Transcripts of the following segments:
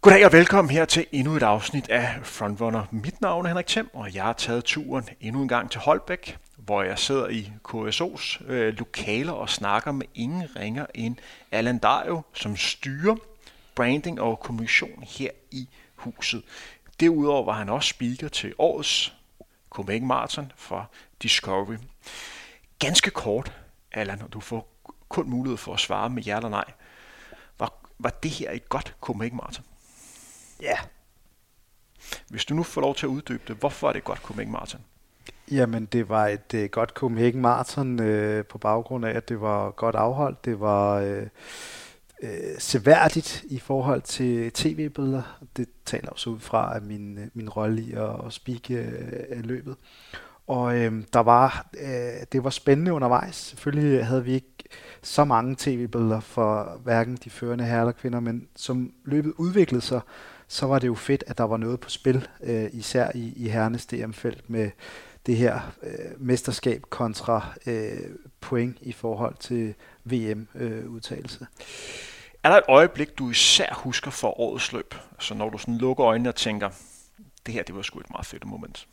Goddag og velkommen her til endnu et afsnit af Frontrunner. Mit navn er Henrik Thiem, og jeg har taget turen endnu en gang til Holbæk, hvor jeg sidder i KSO's lokaler og snakker med ingen ringer end Allan Dario, som styrer branding og kommunikation her i huset. Derudover var han også speaker til årets Copenhagen Marathon for Discovery. Ganske kort, Allan, og du får kun mulighed for at svare med ja eller nej. Var det her et godt Copenhagen Marathon? Ja. Hvis du nu får lov til at uddybe det, hvorfor er det et godt Copenhagen Marathon? Jamen, det var et godt Copenhagen Marathon på baggrund af, at det var godt afholdt. Det var seværdigt i forhold til tv-billeder. Det taler også ud fra af min rolle i at speake løbet. Og det var spændende undervejs. Selvfølgelig havde vi ikke så mange tv-billeder for hverken de førende herrer eller kvinder, men som løbet udviklede sig, så var det jo fedt, at der var noget på spil, især i herrenes DM-felt med det her mesterskab kontra point i forhold til VM-udtagelse. Er der et øjeblik, du især husker for årets løb? Så når du sådan lukker øjnene og tænker, det her, det var sgu et meget fedt moment.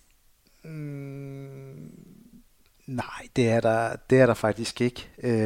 Nej, det er der faktisk ikke.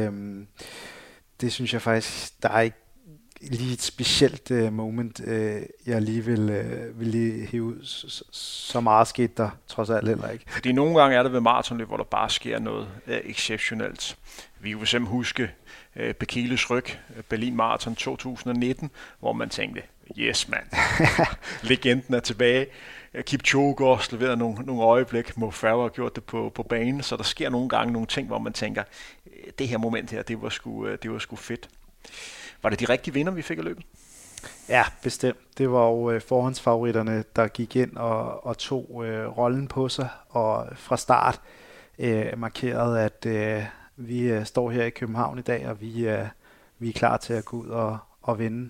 Det synes jeg faktisk, der er ikke lige et specielt moment, jeg lige vil hæve ud. Så meget skete der trods alt heller ikke. Fordi nogle gange er der ved maratonløb, hvor der bare sker noget exceptionelt. Vi kan fx huske Bekeles ryg, Berlin Marathon 2019, hvor man tænkte, yes man, legenden er tilbage. Kipchoge også leveret nogle øjeblik, Mo Farah har gjort det på banen, så der sker nogle gange nogle ting, hvor man tænker, det her moment her, det var sgu fedt. Var det de rigtige vinder, vi fik af løbet? Ja, bestemt. Det var jo forhåndsfavoritterne, der gik ind og tog rollen på sig, og fra start markerede, at vi står her i København i dag, og vi er klar til at gå ud og vinde.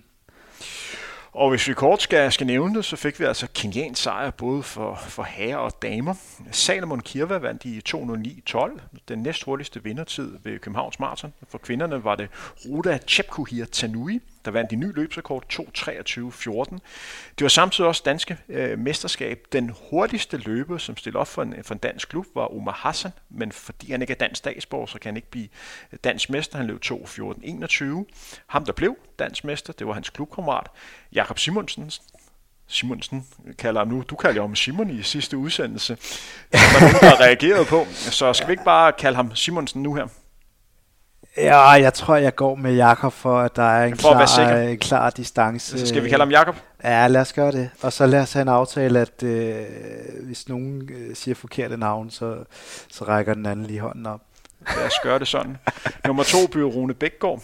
Og hvis vi kort skal nævne det, så fik vi altså kenyansk sejr både for herrer og damer. Salomon Kirwa vandt i 2:09.12, den næst hurtigste vindertid ved Københavns Marathon. For kvinderne var det Ruda Chepkuhir Tanui, der vandt en ny løbsrekord 2:23.14. Det var samtidig også danske mesterskab. Den hurtigste løber, som stillede op for en dansk klub, var Omar Hassan, men fordi han ikke er dansk statsborger, så kan han ikke blive dansk mester. Han løb 2:14.21. Ham, der blev dansk mester, det var hans klubkammerat Jakob Simonsen kalder ham nu. Du kalder ham Simon i sidste udsendelse. Der var nogen, der reagerede på. Så skal vi ikke bare kalde ham Simonsen nu her? Ja, jeg tror, jeg går med Jakob, for at der er en klar distance. Så skal vi kalde ham Jakob? Ja, lad os gøre det. Og så lad os have en aftale, at hvis nogen siger forkerte navn, så rækker den anden lige hånden op. Lad os gøre det sådan. Nummer 2 blev Rune Bækgaard,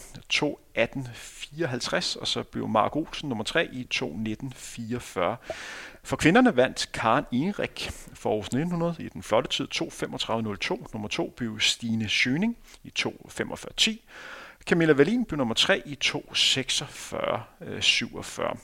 2:18.54, og så blev Mark Olsen nummer 3 i 2:19.44. For kvinderne vandt Karen Ehrenreich for Aarhus 1900 i den flotte tid 2:35.02. Nummer 2 blev Stine Schøning i 2:45.10. Camilla Wallin blev nummer 3 i 2:46.47.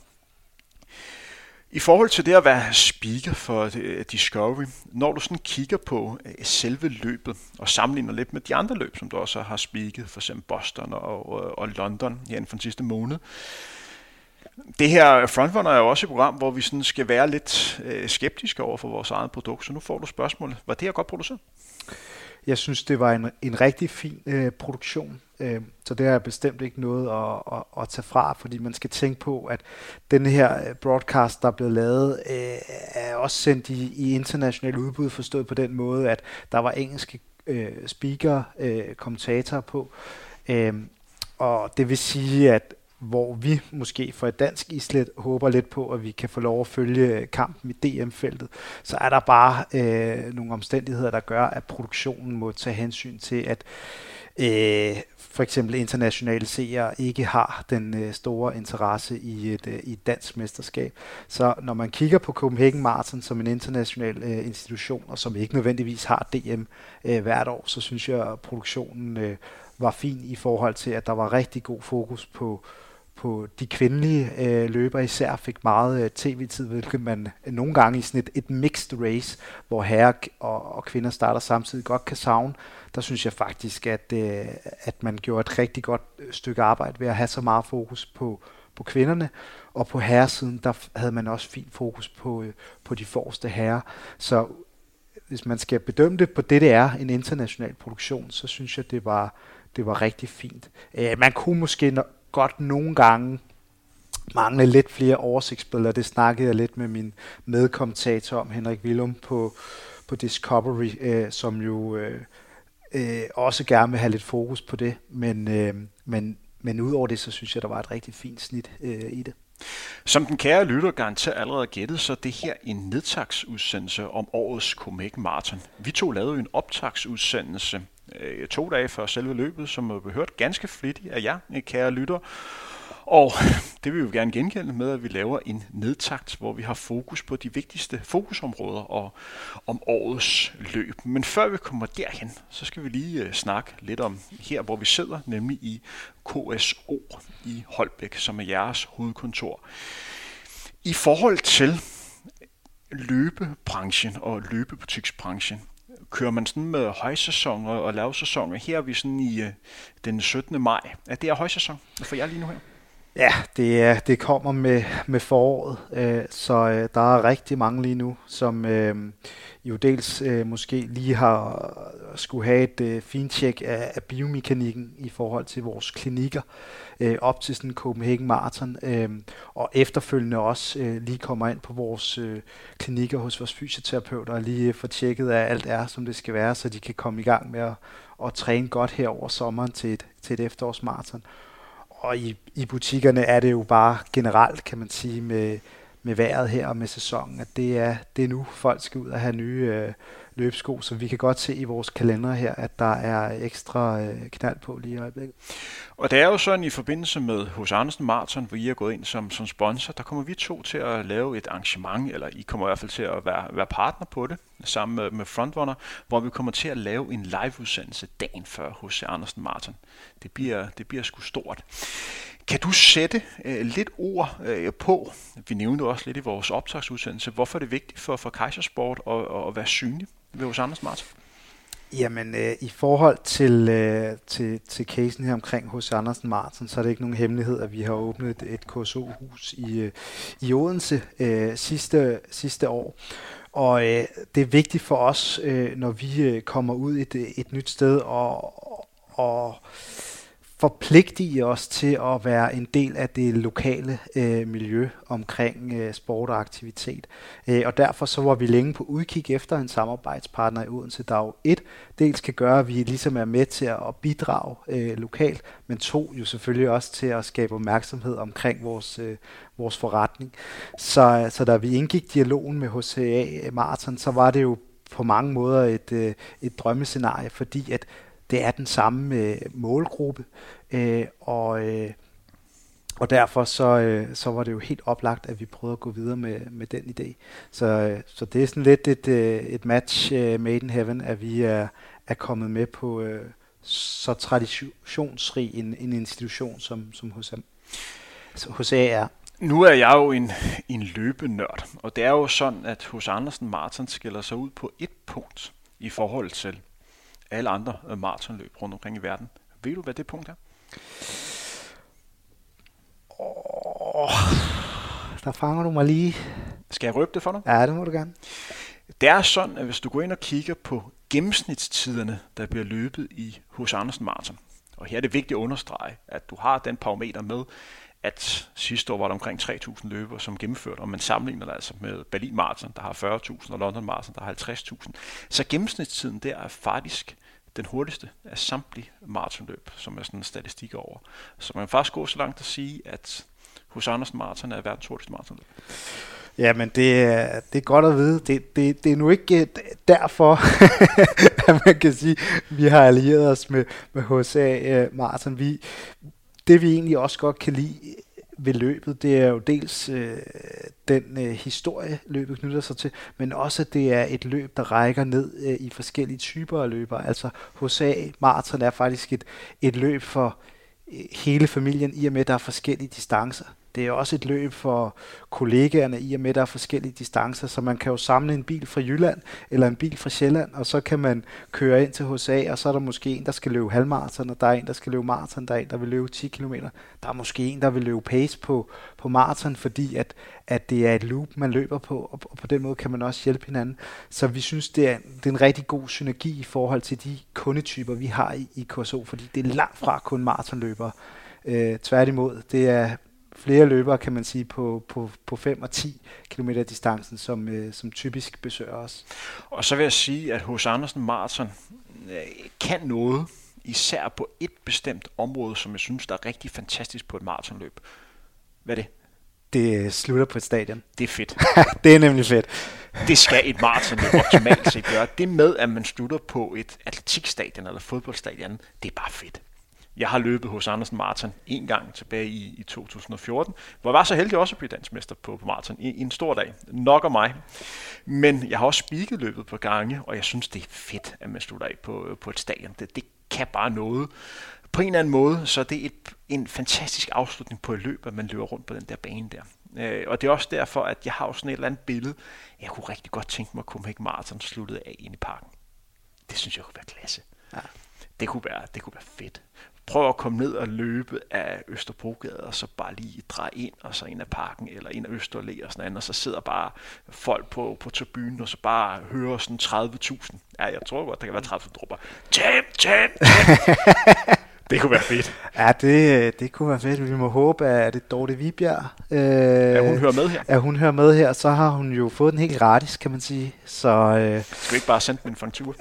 I forhold til det at være speaker for Discovery, når du sådan kigger på selve løbet og sammenligner lidt med de andre løb, som du også har speaket, for eksempel Boston og London her inden for den sidste måned. Det her Frontrunner er jo også et program, hvor vi sådan skal være lidt skeptiske over for vores eget produkt, så nu får du spørgsmålet. Var det her godt produceret? Jeg synes, det var en rigtig fin produktion, så det er bestemt ikke noget at tage fra, fordi man skal tænke på, at den her broadcast, der er blevet lavet, er også sendt i international udbud, forstået på den måde, at der var engelske speaker, kommentatorer på, og det vil sige, at hvor vi måske for et dansk islet håber lidt på, at vi kan få lov at følge kampen i DM-feltet, så er der bare nogle omstændigheder, der gør, at produktionen må tage hensyn til, at for eksempel internationale seere ikke har den store interesse i et dansk mesterskab. Så når man kigger på Copenhagen Marathon som en international institution, og som ikke nødvendigvis har DM hvert år, så synes jeg, at produktionen var fin i forhold til, at der var rigtig god fokus på de kvindelige løbere især fik meget tv-tid, hvilket man nogle gange i sådan et mixed race, hvor herrer og kvinder starter samtidig, godt kan savne. Der synes jeg faktisk, at man gjorde et rigtig godt stykke arbejde ved at have så meget fokus på på kvinderne, og på herresiden, der havde man også fint fokus på de forreste herrer. Så hvis man skal bedømme det på det er, en international produktion, så synes jeg, det var rigtig fint. Man kunne måske godt nogle gange mangle lidt flere oversigtsbilleder. Det snakkede jeg lidt med min medkommentator om, Henrik Willum på Discovery, som jo også gerne vil have lidt fokus på det. Men udover det, så synes jeg, der var et rigtig fint snit i det. Som den kære lytter garanteret allerede gættet, så er det her en nedtagsudsendelse om årets Copenhagen Marathon. Vi to lavede jo en optagsudsendelse 2 dage før selve løbet, som er behørt ganske flittigt af jer, kære lytter. Og det vil vi jo gerne gengælde med, at vi laver en nedtakt, hvor vi har fokus på de vigtigste fokusområder og om årets løb. Men før vi kommer derhen, så skal vi lige snakke lidt om her, hvor vi sidder, nemlig i KSO i Holbæk, som er jeres hovedkontor. I forhold til løbebranchen og løbebutiksbranchen, kører man sådan med højsæson og lavsæson, og her er vi sådan i den 17. maj. Er det højsæson for jer lige nu her? Ja, det kommer med foråret, så der er rigtig mange lige nu, som jo dels måske lige har skulle have et fintjek af biomekanikken i forhold til vores klinikker op til sådan en Copenhagen Marathon, og efterfølgende også lige kommer ind på vores klinikker hos vores fysioterapeuter og lige får tjekket, at alt er, som det skal være, så de kan komme i gang med at træne godt her over sommeren til et efterårsmarathon. Og i butikkerne er det jo bare generelt, kan man sige, med vejret her og med sæsonen, at det er nu, folk skal ud og have nye løbsko, så vi kan godt se i vores kalender her, at der er ekstra knald på lige i øjeblikket. Og det er jo sådan i forbindelse med H.C. Andersen Marathon, hvor I er gået ind som sponsor, der kommer vi to til at lave et arrangement, eller I kommer i hvert fald til at være partner på det, sammen med Frontrunner, hvor vi kommer til at lave en live-udsendelse dagen før H.C. Andersen Marathon. Det bliver sgu stort. Kan du sætte lidt ord på, vi nævnte også lidt i vores optagsudsendelse, hvorfor er det vigtigt for Kaisersport at være synlig ved H.C. Andersen Marathon? Jamen, i forhold til casen her omkring H.C. Andersen Marathon, så er det ikke nogen hemmelighed, at vi har åbnet et KSO-hus i Odense sidste år. Og det er vigtigt for os, når vi kommer ud et nyt sted og forpligtige os til at være en del af det lokale miljø omkring sport og aktivitet. Og derfor så var vi længe på udkig efter en samarbejdspartner i Odense, der jo dels kan gøre, at vi ligesom er med til at bidrage lokalt, men 2 jo selvfølgelig også til at skabe opmærksomhed omkring vores forretning. Så da vi indgik dialogen med HCA Marathon, så var det jo på mange måder et drømmescenarie, fordi at det er den samme målgruppe, og derfor så var det jo helt oplagt, at vi prøvede at gå videre med den idé. Så det er sådan lidt et match made in heaven, at vi er kommet med på så traditionsrig en institution som HCA er. Nu er jeg jo en løbenørd, og det er jo sådan, at H.C. Andersen Marathon skiller sig ud på et punkt i forhold til alle andre maratonløb rundt omkring i verden. Ved du, hvad det punkt er? Der fanger du mig lige. Skal jeg røbe det for dig? Ja, det må du gerne. Det er sådan, at hvis du går ind og kigger på gennemsnitstiderne, der bliver løbet i H.C. Andersen Marathon, og her er det vigtigt at understrege, at du har den parameter med, at sidste år var der omkring 3.000 løbere, som gennemførte, og man sammenligner det altså med Berlin Marathon, der har 40.000, og London Marathon, der har 50.000. Så gennemsnitstiden der er faktisk den hurtigste af samtlige maratonløb, som er sådan en statistik over. Så man kan faktisk gå så langt at sige, at H.C. Andersen Marathon er verdens hurtigste maratonløb. Jamen, det er godt at vide. Det er nu ikke derfor, at man kan sige, at vi har allieret os med HCA Marathon. Det vi egentlig også godt kan lide ved løbet, det er jo dels den historie, løbet knytter sig til, men også at det er et løb, der rækker ned i forskellige typer af løbere. Altså HCA Marathon er faktisk et løb for hele familien, i og med, at der er forskellige distancer. det er også et løb for kollegaerne, i og med, at der er forskellige distancer, så man kan jo samle en bil fra Jylland, eller en bil fra Sjælland, og så kan man køre ind til HSA, og så er der måske en, der skal løbe halvmaraton, og der er en, der skal løbe maraton, der er en, der vil løbe 10 km. Der er måske en, der vil løbe pace på maraton, fordi at det er et loop, man løber på, og på den måde kan man også hjælpe hinanden. Så vi synes, det er en rigtig god synergi i forhold til de kundetyper, vi har i KSO, fordi det er langt fra kun maratonløbere. Tværtimod, det er flere løbere, kan man sige, på 5 og 10 km distancen, som typisk besøger os. Og så vil jeg sige, at H.C. Andersen Marathon kan noget, især på et bestemt område, som jeg synes, der er rigtig fantastisk på et maratonløb. Hvad er det? Det slutter på et stadion. Det er fedt. Det er nemlig fedt. Det skal et maratonløb optimalt set gøre. Det med, at man slutter på et atletikstadion eller fodboldstadion, det er bare fedt. Jeg har løbet hos Andersen Marathon en gang tilbage i 2014, hvor jeg var så heldig også at blive dansmester på maraton i en stor dag. Nok af mig. Men jeg har også speaket løbet på gange, og jeg synes, det er fedt, at man slutter af på et stadion. Det kan bare noget. På en eller anden måde, så er det en fantastisk afslutning på et løb, at man løber rundt på den der bane der. Og det er også derfor, at jeg har jo sådan et eller andet billede. Jeg kunne rigtig godt tænke mig at Copenhagen Marathon sluttede af inde i parken. Det synes jeg kunne være klasse. Ja. Det kunne være fedt. Prøv at komme ned og løbe af Østerbrogade, og så bare lige dreje ind, og så ind af parken, eller ind af Østerallé og sådan noget, og så sidder bare folk på tribunen, og så bare hører sådan 30.000. Ja, jeg tror godt, der kan være 30.000 dråber. Tjemp! Det kunne være fedt. Ja, det kunne være fedt. Vi må håbe, at det er Dorte Vibjerg. Hun hører med her. Hun hører med her, så har hun jo fået den helt gratis, kan man sige. Så, skal vi ikke bare sende den en faktura?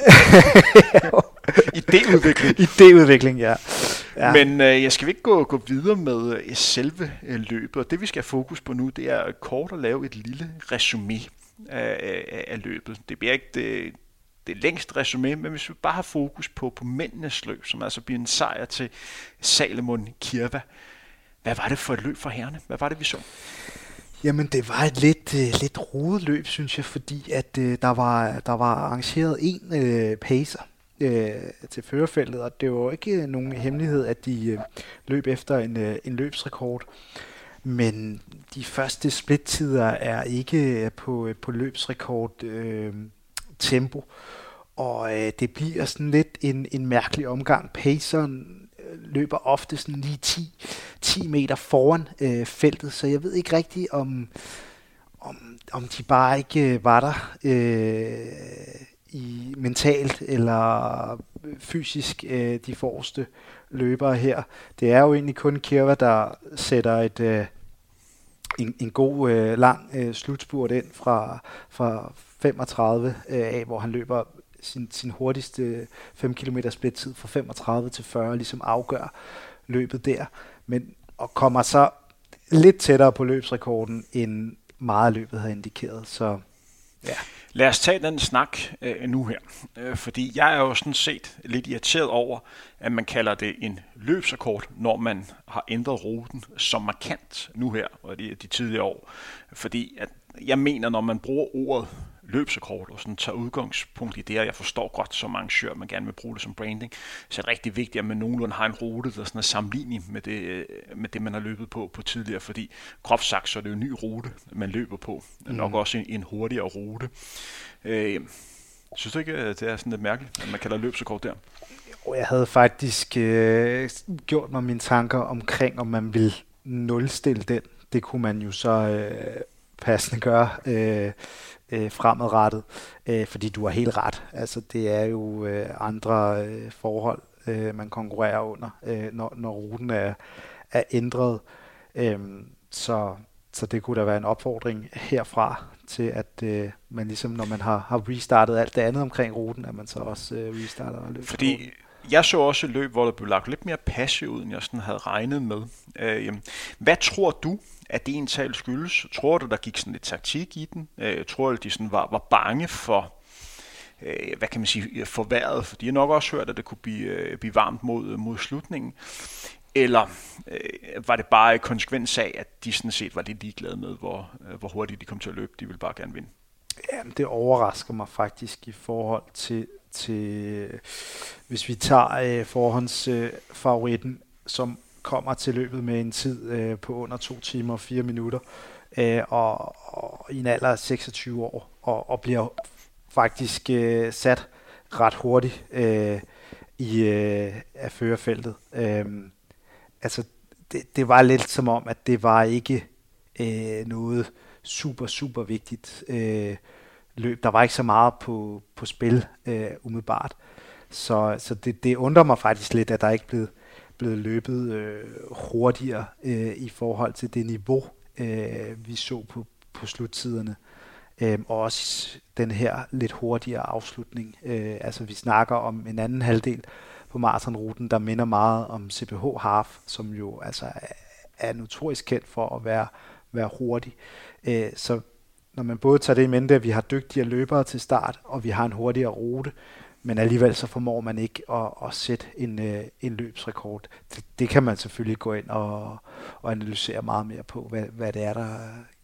Idéudvikling, ja. Men jeg skal vi ikke gå videre med selve løbet, og det vi skal have fokus på nu, det er kort at lave et lille resumé af løbet. Det bliver ikke det længste resumé, men hvis vi bare har fokus på mændenes løb, som altså bliver en sejr til Salomon Kirva. Hvad var det for et løb for herrene? Hvad var det, vi så? Jamen, det var et lidt rodet løb, synes jeg, fordi at der var arrangeret en pacer til førerfeltet, og det var ikke nogen hemmelighed, at de løb efter en løbsrekord. Men de første splittider er ikke på løbsrekord tempo, og det bliver sådan lidt en mærkelig omgang. Paceren løber ofte sådan lige 10 meter foran feltet, så jeg ved ikke rigtigt, om de bare ikke var der i mentalt eller fysisk, de forreste løbere her. Det er jo egentlig kun Kirva, der sætter en god lang slutspurt ind fra 35 af, hvor han løber sin hurtigste 5 km splittid fra 35 til 40, ligesom afgør løbet der, men og kommer så lidt tættere på løbsrekorden, end meget løbet havde indikeret. Så ja. Lad os tage den snak nu her, fordi jeg er jo sådan set lidt irriteret over, at man kalder det en løbsrekord, når man har ændret ruten så markant nu her, og de tidligere år. Fordi at jeg mener, når man bruger ordet løbsrekord og sådan tager udgangspunkt i det, og jeg forstår godt som arrangør, man gerne vil bruge det som branding, så er det rigtig vigtigt, at man nogenlunde har en rute, der sådan er sammenlignet med det, man har løbet på tidligere, fordi groft sagt, så er det jo en ny rute, man løber på. Nok også en hurtigere rute. Synes du ikke, at det er sådan lidt mærkeligt, at man kalder løbsrekord der? Jeg havde faktisk gjort mig mine tanker omkring, om man ville nulstille den. Det kunne man jo så passende gøre fremadrettet, fordi du har helt ret. Altså, det er jo andre forhold, man konkurrerer under, når ruten er ændret. Så det kunne da være en opfordring herfra til, at man ligesom, når man har restartet alt det andet omkring ruten, at man så også restarter løbet. Fordi jeg så også et løb, hvor der blev lagt lidt mere passiv ud, end jeg sådan havde regnet med. Hvad tror du, at det egentlig skyldes? Tror du, der gik sådan lidt taktik i den? Tror du, de sådan var bange for, hvad kan man sige, for vejret? For de har nok også hørt, at det kunne blive varmt mod slutningen. Eller var det bare en konsekvens af, at de sådan set var lidt ligeglade med, hvor hurtigt de kom til at løbe? De ville bare gerne vinde. Jamen, det overrasker mig faktisk i forhold til hvis vi tager forhåndsfavoritten, som kommer til løbet med en tid på under 2 timer og 4 minutter, og i en alder af 26 år, og bliver faktisk sat ret hurtigt af førerfeltet. Altså, det var lidt som om, at det var ikke noget super vigtigt løb. Der var ikke så meget på spil umiddelbart. Så det undrer mig faktisk lidt, at der ikke blevet løbet hurtigere i forhold til det niveau, vi så på sluttiderne. Og også den her lidt hurtigere afslutning. Altså vi snakker om en anden halvdel på maratonruten, der minder meget om CPH Half, som jo altså er notorisk kendt for at være hurtig. Så når man både tager det i mente, at vi har dygtigere løbere til start, og vi har en hurtigere rute, men alligevel så formår man ikke at sætte en løbsrekord. Det kan man selvfølgelig gå ind og analysere meget mere på, hvad det er, der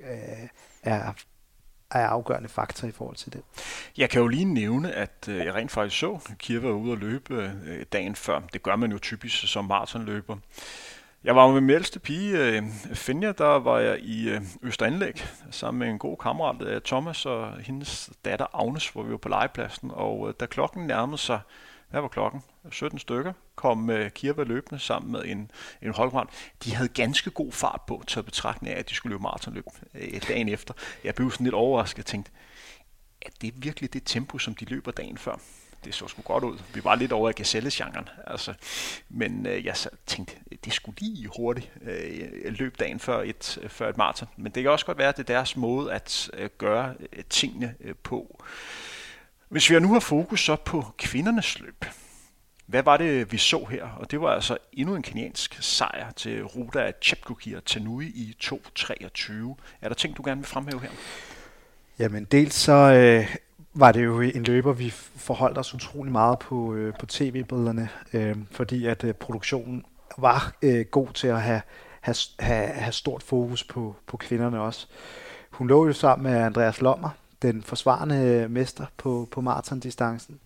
er afgørende faktor i forhold til det. Jeg kan jo lige nævne, at jeg rent faktisk så Kierva ude at løbe dagen før. Det gør man jo typisk som maratonløber. Jeg var med min ældste pige, Finja, der var jeg i Østeranlæg sammen med en god kammerat, Thomas, og hendes datter Agnes, hvor vi var på legepladsen. Og da klokken nærmede sig, hvad var klokken? 17 stykker, kom Kierva løbende sammen med en holdkammerat. De havde ganske god fart på, til at betragtning af, at de skulle løbe maratonløb dagen efter. Jeg blev sådan lidt overrasket og tænkte, er det virkelig det tempo, som de løber dagen før? Det så sgu godt ud. Vi var lidt over i gazelle-genren. Altså. Men jeg tænkte, det skulle lige hurtigt løbe dagen før et maraton. Men det kan også godt være, at det er deres måde at gøre tingene på. Hvis vi nu har fokus så på kvindernes løb, hvad var det, vi så her? Og det var altså endnu en kenyansk sejr til Ruta Chepkukir Tanui i 2.23. Er der ting, du gerne vil fremhæve her? Jamen dels så var det jo en løber, vi forholdt os utrolig meget på tv-billederne, fordi at produktionen var god til at have stort fokus på kvinderne også. Hun lå jo sammen med Andreas Lommer, den forsvarende mester på maratondistancen,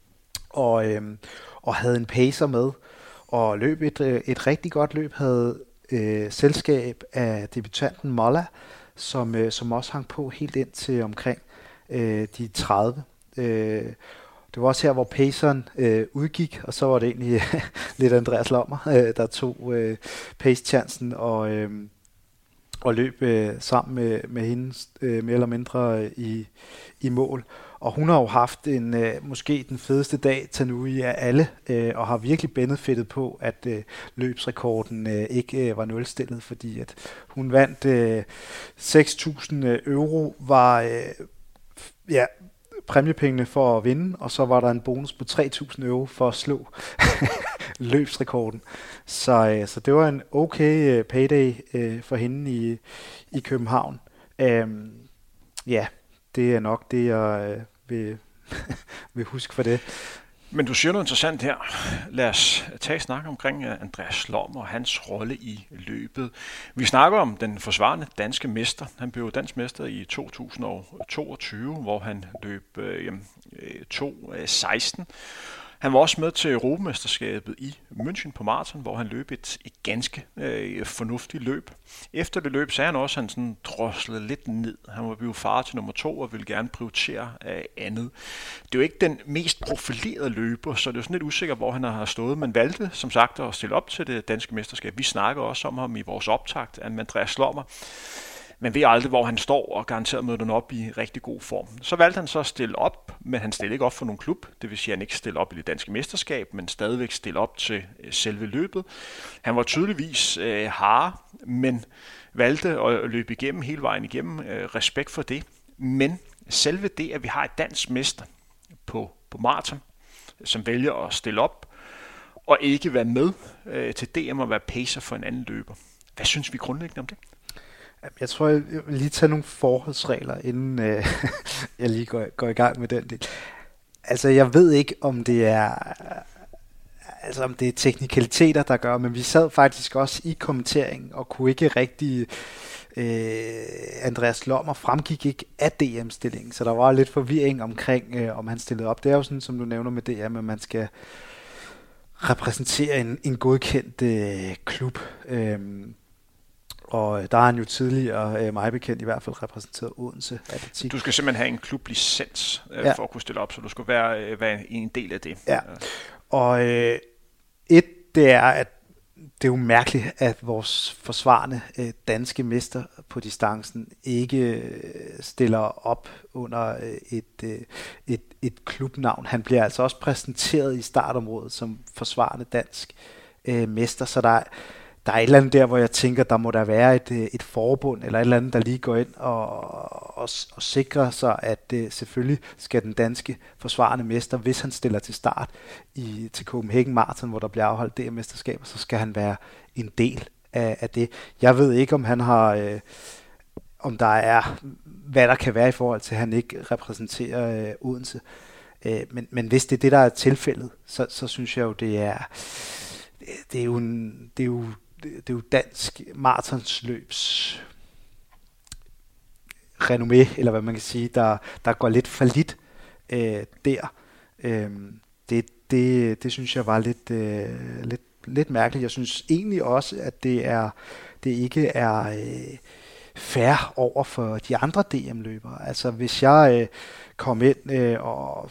og havde en pacer med, og løb et rigtig godt løb, havde selskab af debutanten Molla, som også hang på helt ind til omkring de 30. Det var også her, hvor paceren udgik, og så var det egentlig lidt Andreas Lommer, der tog pace-chancen og løb sammen med hende mere eller mindre i mål. Og hun har jo haft måske den fedeste dag Tanui af alle, og har virkelig benefitet på, at løbsrekorden ikke var nulstillet, fordi at hun vandt 6.000 euro, var præmiepengene for at vinde, og så var der en bonus på 3.000 euro for at slå løbsrekorden. Så det var en okay payday for hende i København. Det er nok det, jeg vil huske for det. Men du siger noget interessant her. Lad os tage snak omkring Andreas Lommer og hans rolle i løbet. Vi snakker om den forsvarende danske mester. Han blev dansk mester i 2022, hvor han løb 2.16. Han var også med til Europamesterskabet i München på maraton, hvor han løb et ganske fornuftigt løb. Efter det løb, så han også, han sådan droslede lidt ned. Han var blevet far til nummer 2 og ville gerne prioritere andet. Det er jo ikke den mest profilerede løber, så det er jo sådan lidt usikkert, hvor han har stået. Men valgte, som sagt, at stille op til det danske mesterskab. Vi snakker også om ham i vores optakt af Andreas Lommer. Man ved aldrig, hvor han står, og garanteret møder den op i rigtig god form. Så valgte han så at stille op, men han stillede ikke op for nogen klub. Det vil sige, at han ikke stille op i det danske mesterskab, men stadigvæk stille op til selve løbet. Han var tydeligvis harde, men valgte at løbe igennem hele vejen igennem. Respekt for det. Men selve det, at vi har et dansk mester på maraton, som vælger at stille op, og ikke være med til DM og være pacer for en anden løber. Hvad synes vi grundlæggende om det? Jeg tror, jeg vil lige tage nogle forholdsregler, inden jeg lige går i gang med den del. Altså, jeg ved ikke, om det er teknikaliteter, der gør, men vi sad faktisk også i kommenteringen, og kunne ikke rigtig... Andreas Lommer fremgik ikke af DM-stillingen, så der var lidt forvirring omkring, om han stillede op. Det er jo sådan, som du nævner med DM, at repræsenterer en godkendt klub. Og der har han jo tidligere, mig bekendt i hvert fald, repræsenteret Odense Atletik. Du skal simpelthen have en klublicens for at kunne stille op, så du skal være en del af det. Ja, og det er, at det er jo mærkeligt, at vores forsvarende danske mester på distancen ikke stiller op under et klubnavn. Han bliver altså også præsenteret i startområdet som forsvarende dansk mester, så der er et eller andet der, hvor jeg tænker, der må der være et forbund, eller et eller andet, der lige går ind og sikrer sig, at selvfølgelig skal den danske forsvarende mester, hvis han stiller til start til Copenhagen Marathon, hvor der bliver afholdt DM-mesterskaber, så skal han være en del af det. Jeg ved ikke, om han har, om der er, hvad der kan være i forhold til, at han ikke repræsenterer Odense. Men hvis det er det, der er tilfældet, så synes jeg jo, det er jo dansk maratonsløbs renommé, eller hvad man kan sige, der går lidt for lidt der. Det synes jeg var lidt mærkeligt. Jeg synes egentlig også, at det ikke er fair over for de andre DM-løbere. Altså hvis jeg kom ind, og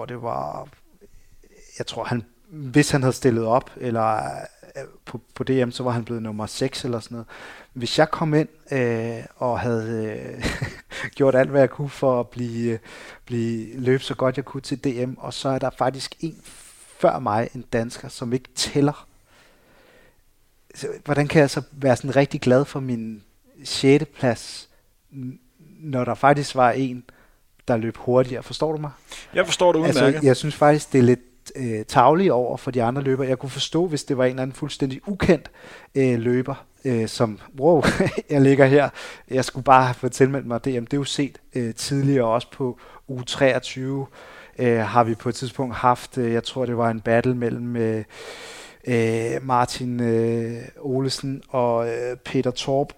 hvis han havde stillet op, eller på DM, så var han blevet nummer 6 eller sådan noget. Hvis jeg kom ind og havde gjort alt, hvad jeg kunne for at løbe så godt jeg kunne til DM, og så er der faktisk en før mig, en dansker, som ikke tæller. Så, hvordan kan jeg så være sådan rigtig glad for min 6. plads, når der faktisk var en, der løb hurtigere? Forstår du mig? Jeg forstår det udmærket. Altså, jeg synes faktisk, det er lidt tarvelige over for de andre løbere. Jeg kunne forstå, hvis det var en eller anden fuldstændig ukendt løber, som, jeg ligger her, jeg skulle bare have fået tilmeldt mig det. Jamen, det er jo set tidligere også på uge 23, har vi på et tidspunkt haft, jeg tror det var en battle mellem Martin Olesen og Peter Torp,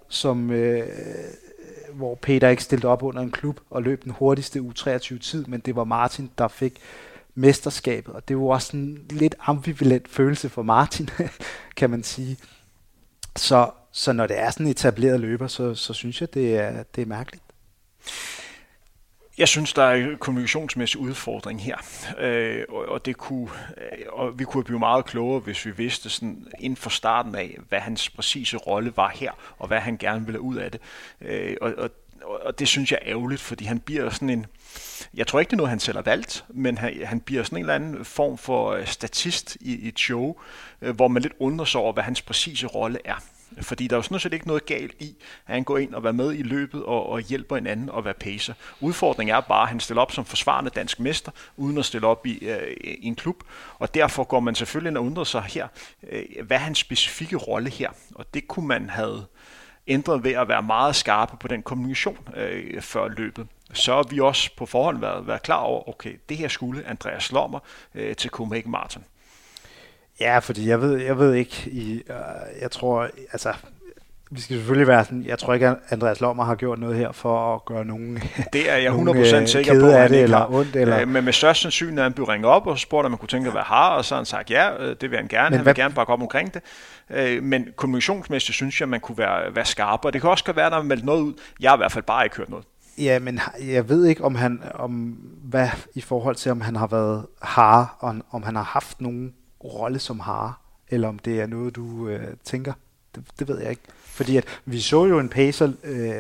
hvor Peter ikke stillede op under en klub og løb den hurtigste uge 23 tid, men det var Martin, der fik mesterskabet, og det er jo også en lidt ambivalent følelse for Martin, kan man sige. Så når det er sådan en etableret løber, så synes jeg, det er mærkeligt. Jeg synes, der er en kommunikationsmæssig udfordring her, og vi kunne blive meget klogere, hvis vi vidste sådan inden for starten af, hvad hans præcise rolle var her, og hvad han gerne ville ud af det. Og det synes jeg er ærgerligt, fordi han bliver sådan en, jeg tror ikke, det er noget, han selv har valgt, men han bliver sådan en eller anden form for statist i et show, hvor man lidt undrer sig over, hvad hans præcise rolle er. Fordi der er jo sådan set ikke noget galt i, at han går ind og være med i løbet og hjælper en anden og være pacer. Udfordringen er bare, at han stiller op som forsvarende dansk mester, uden at stille op i en klub. Og derfor går man selvfølgelig ind og undrer sig her, hvad er hans specifikke rolle her? Og det kunne man have ændret ved at være meget skarpe på den kommunikation før løbet. Så har vi også på forhånd været klar over, okay, det her skulle Andreas Lommer til Copenhagen Marathon. Ja, fordi jeg ved ikke, jeg tror, altså, vi skal selvfølgelig være sådan, jeg tror ikke, at Andreas Lommer har gjort noget her for at gøre nogen det er jeg 100% sikker på, at det, eller ondt, eller men med størst sandsynlighed, at han blev ringet op og spurgte, om man kunne tænke at være har, og så har han sagt, ja, det vil han gerne, han vil gerne bakke op omkring det. Men kommunikationsmæssigt synes jeg, man kunne være skarpere. Det kan også være, at der er meldt noget ud. Jeg har i hvert fald bare ikke hørt noget. Ja, men jeg ved ikke, hvad i forhold til, om han har været har, og om han har haft nogen rolle som har, eller om det er noget, du tænker. Det ved jeg ikke. Fordi at vi så jo en pacer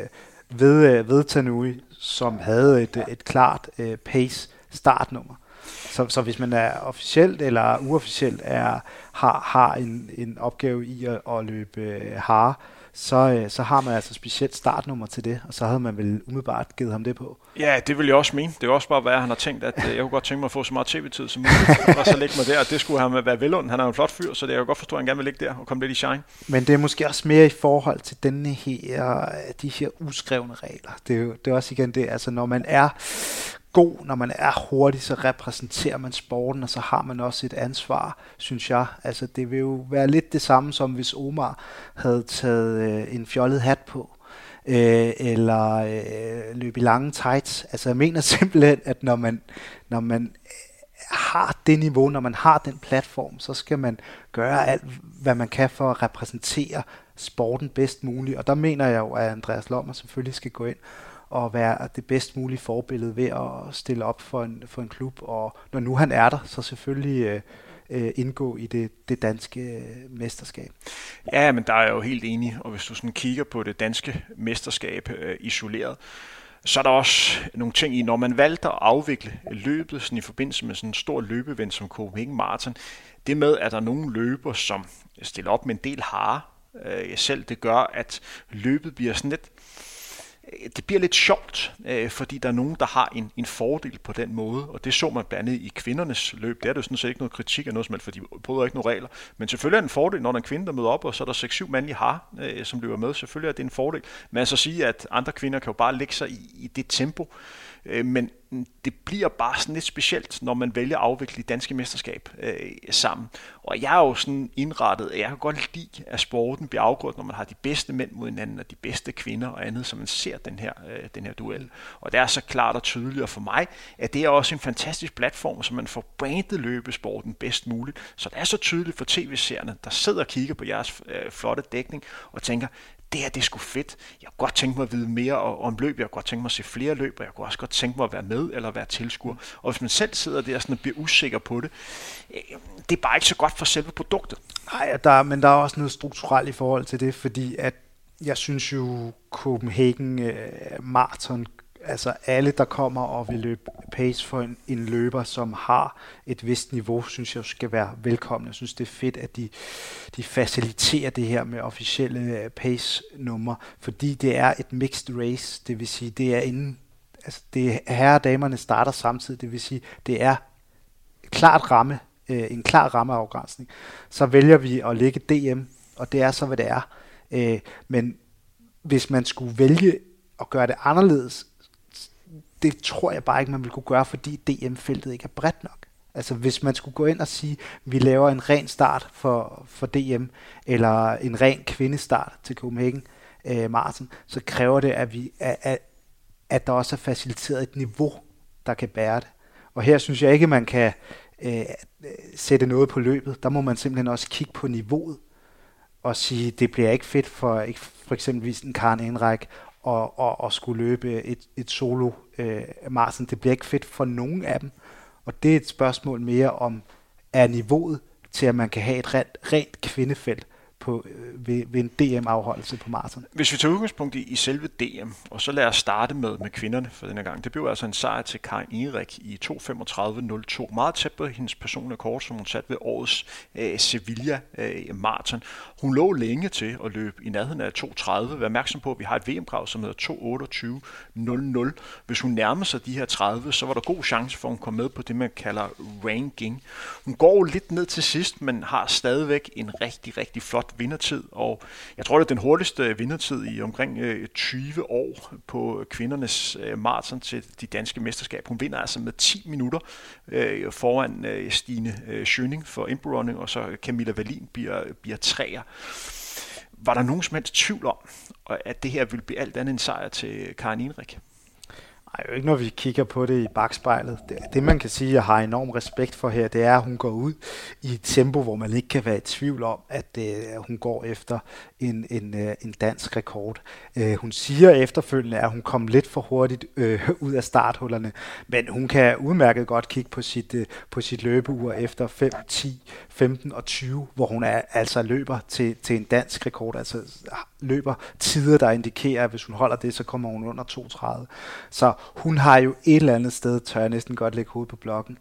ved Tanui, som havde et klart pace startnummer. Så hvis man er officielt eller uofficielt har en opgave i at løbe hare, så har man altså specielt startnummer til det, og så havde man vel umiddelbart givet ham det på. Ja, det vil jeg også mene. Det er også bare, hvad han har tænkt, at jeg kunne godt tænke mig at få så meget tv-tid som muligt, og så lægge mig der, og det skulle han være velund. Han er jo en flot fyr, så det er jo godt forstå, at han gerne vil ligge der og komme lidt i shine. Men det er måske også mere i forhold til de her uskrevne regler. Det er også igen det, altså når man er god, når man er hurtig, så repræsenterer man sporten, og så har man også et ansvar, synes jeg. Altså det vil jo være lidt det samme, som hvis Omar havde taget en fjollet hat på, eller løb i lange tights. Altså jeg mener simpelthen, at når man har det niveau, når man har den platform, så skal man gøre alt, hvad man kan for at repræsentere sporten bedst muligt. Og der mener jeg jo, at Andreas Lommer selvfølgelig skal gå ind og være det bedst mulige forbillede ved at stille op for en klub. Og når nu han er der, så selvfølgelig indgå i det danske mesterskab. Ja, men der er jeg jo helt enig, og hvis du sådan kigger på det danske mesterskab isoleret, så er der også nogle ting i, når man valgte at afvikle løbet sådan i forbindelse med sådan en stor løbeevent som Copenhagen Marathon, det med, at der er nogle løber, som stiller op med en del hare selv, det gør, at løbet bliver sådan lidt, det bliver lidt sjovt, fordi der er nogen, der har en fordel på den måde, og det så man blandt andet i kvindernes løb. Der er det jo sådan set ikke noget kritik af noget som helst, for de bryder ikke nogen regler. Men selvfølgelig er det en fordel, når der er en kvinde, der møder op, og så er der 6-7 mandlige har, som løber med. Selvfølgelig er det en fordel. Men altså sige, at andre kvinder kan jo bare lægge sig i det tempo. Men det bliver bare sådan lidt specielt, når man vælger at afvikle det danske mesterskab sammen. Og jeg er jo sådan indrettet, at jeg kan godt lide, at sporten bliver afgjort, når man har de bedste mænd mod hinanden, og de bedste kvinder og andet, så man ser den her duel. Og det er så klart og tydeligt for mig, at det er også en fantastisk platform, så man får brandet løbesporten bedst muligt. Så det er så tydeligt for tv-seerne, der sidder og kigger på jeres flotte dækning og tænker, det her, det er sgu fedt. Jeg kunne godt tænke mig at vide mere om løb. Jeg kunne godt tænke mig at se flere løb, og jeg kunne også godt tænke mig at være med eller være tilskuer. Og hvis man selv sidder der sådan og bliver usikker på det, det er bare ikke så godt for selve produktet. Nej, men der er også noget strukturelt i forhold til det, fordi at jeg synes jo, Copenhagen Marathon, altså alle, der kommer og vil løbe pace for en løber, som har et vist niveau, synes jeg skal være velkomne. Jeg synes, det er fedt, at de faciliterer det her med officielle pace-numre, fordi det er et mixed race, det vil sige, det er inden, altså det herre og damerne starter samtidig, det vil sige, det er en klar rammeafgrænsning. Så vælger vi at lægge DM, og det er så, hvad det er. Men hvis man skulle vælge at gøre det anderledes, det tror jeg bare ikke, man vil kunne gøre, fordi DM-feltet ikke er bredt nok. Altså hvis man skulle gå ind og sige, vi laver en ren start for DM, eller en ren kvindestart til Copenhagen Marathon, så kræver det, at der også er faciliteret et niveau, der kan bære det. Og her synes jeg ikke, man kan sætte noget på løbet. Der må man simpelthen også kigge på niveauet, og sige, det bliver ikke fedt for eksempelvis en Karen Enreich og skulle løbe et solo marathon. Det bliver ikke fedt for nogen af dem. Og det er et spørgsmål mere om, er niveauet til, at man kan have et rent kvindefelt ved en DM-afholdelse på maraton. Hvis vi tager udgangspunkt i selve DM, og så lad os starte med kvinderne for denne gang. Det blev altså en sejr til Karen Enreich i 2:35.02. Meget tæt på hendes personlige rekord, som hun satte ved årets Sevilla Marathon. Hun lå længe til at løbe i nærheden af 2:30. Vær opmærksom på, at vi har et VM-krav, som hedder 2:28.00. Hvis hun nærmer sig de her 30, så var der god chance for, at hun kom med på det, man kalder ranking. Hun går lidt ned til sidst, men har stadigvæk en rigtig, rigtig flot vindertid, og jeg tror, det er den hurtigste vindertid i omkring 20 år på kvindernes maraton til de danske mesterskab. Hun vinder altså med 10 minutter foran Stine Schøning for Improrunning, og så Camilla Wallin bliver træer. Var der nogen som helst tvivl om, at det her ville blive alt andet end sejr til Karen Enreich? Nej, jo ikke når vi kigger på det i bagspejlet. Det man kan sige, jeg har enorm respekt for her, det er, at hun går ud i et tempo, hvor man ikke kan være i tvivl om, at hun går efter en dansk rekord. Hun siger efterfølgende, at hun kom lidt for hurtigt ud af starthullerne, men hun kan udmærket godt kigge på sit løbeur efter 5, 10, 15 og 20, hvor hun altså løber til en dansk rekord, altså løber tider, der indikerer, at hvis hun holder det, så kommer hun under 2:30. Så hun har jo et eller andet sted, tør jeg næsten godt lægge hovedet på blokken,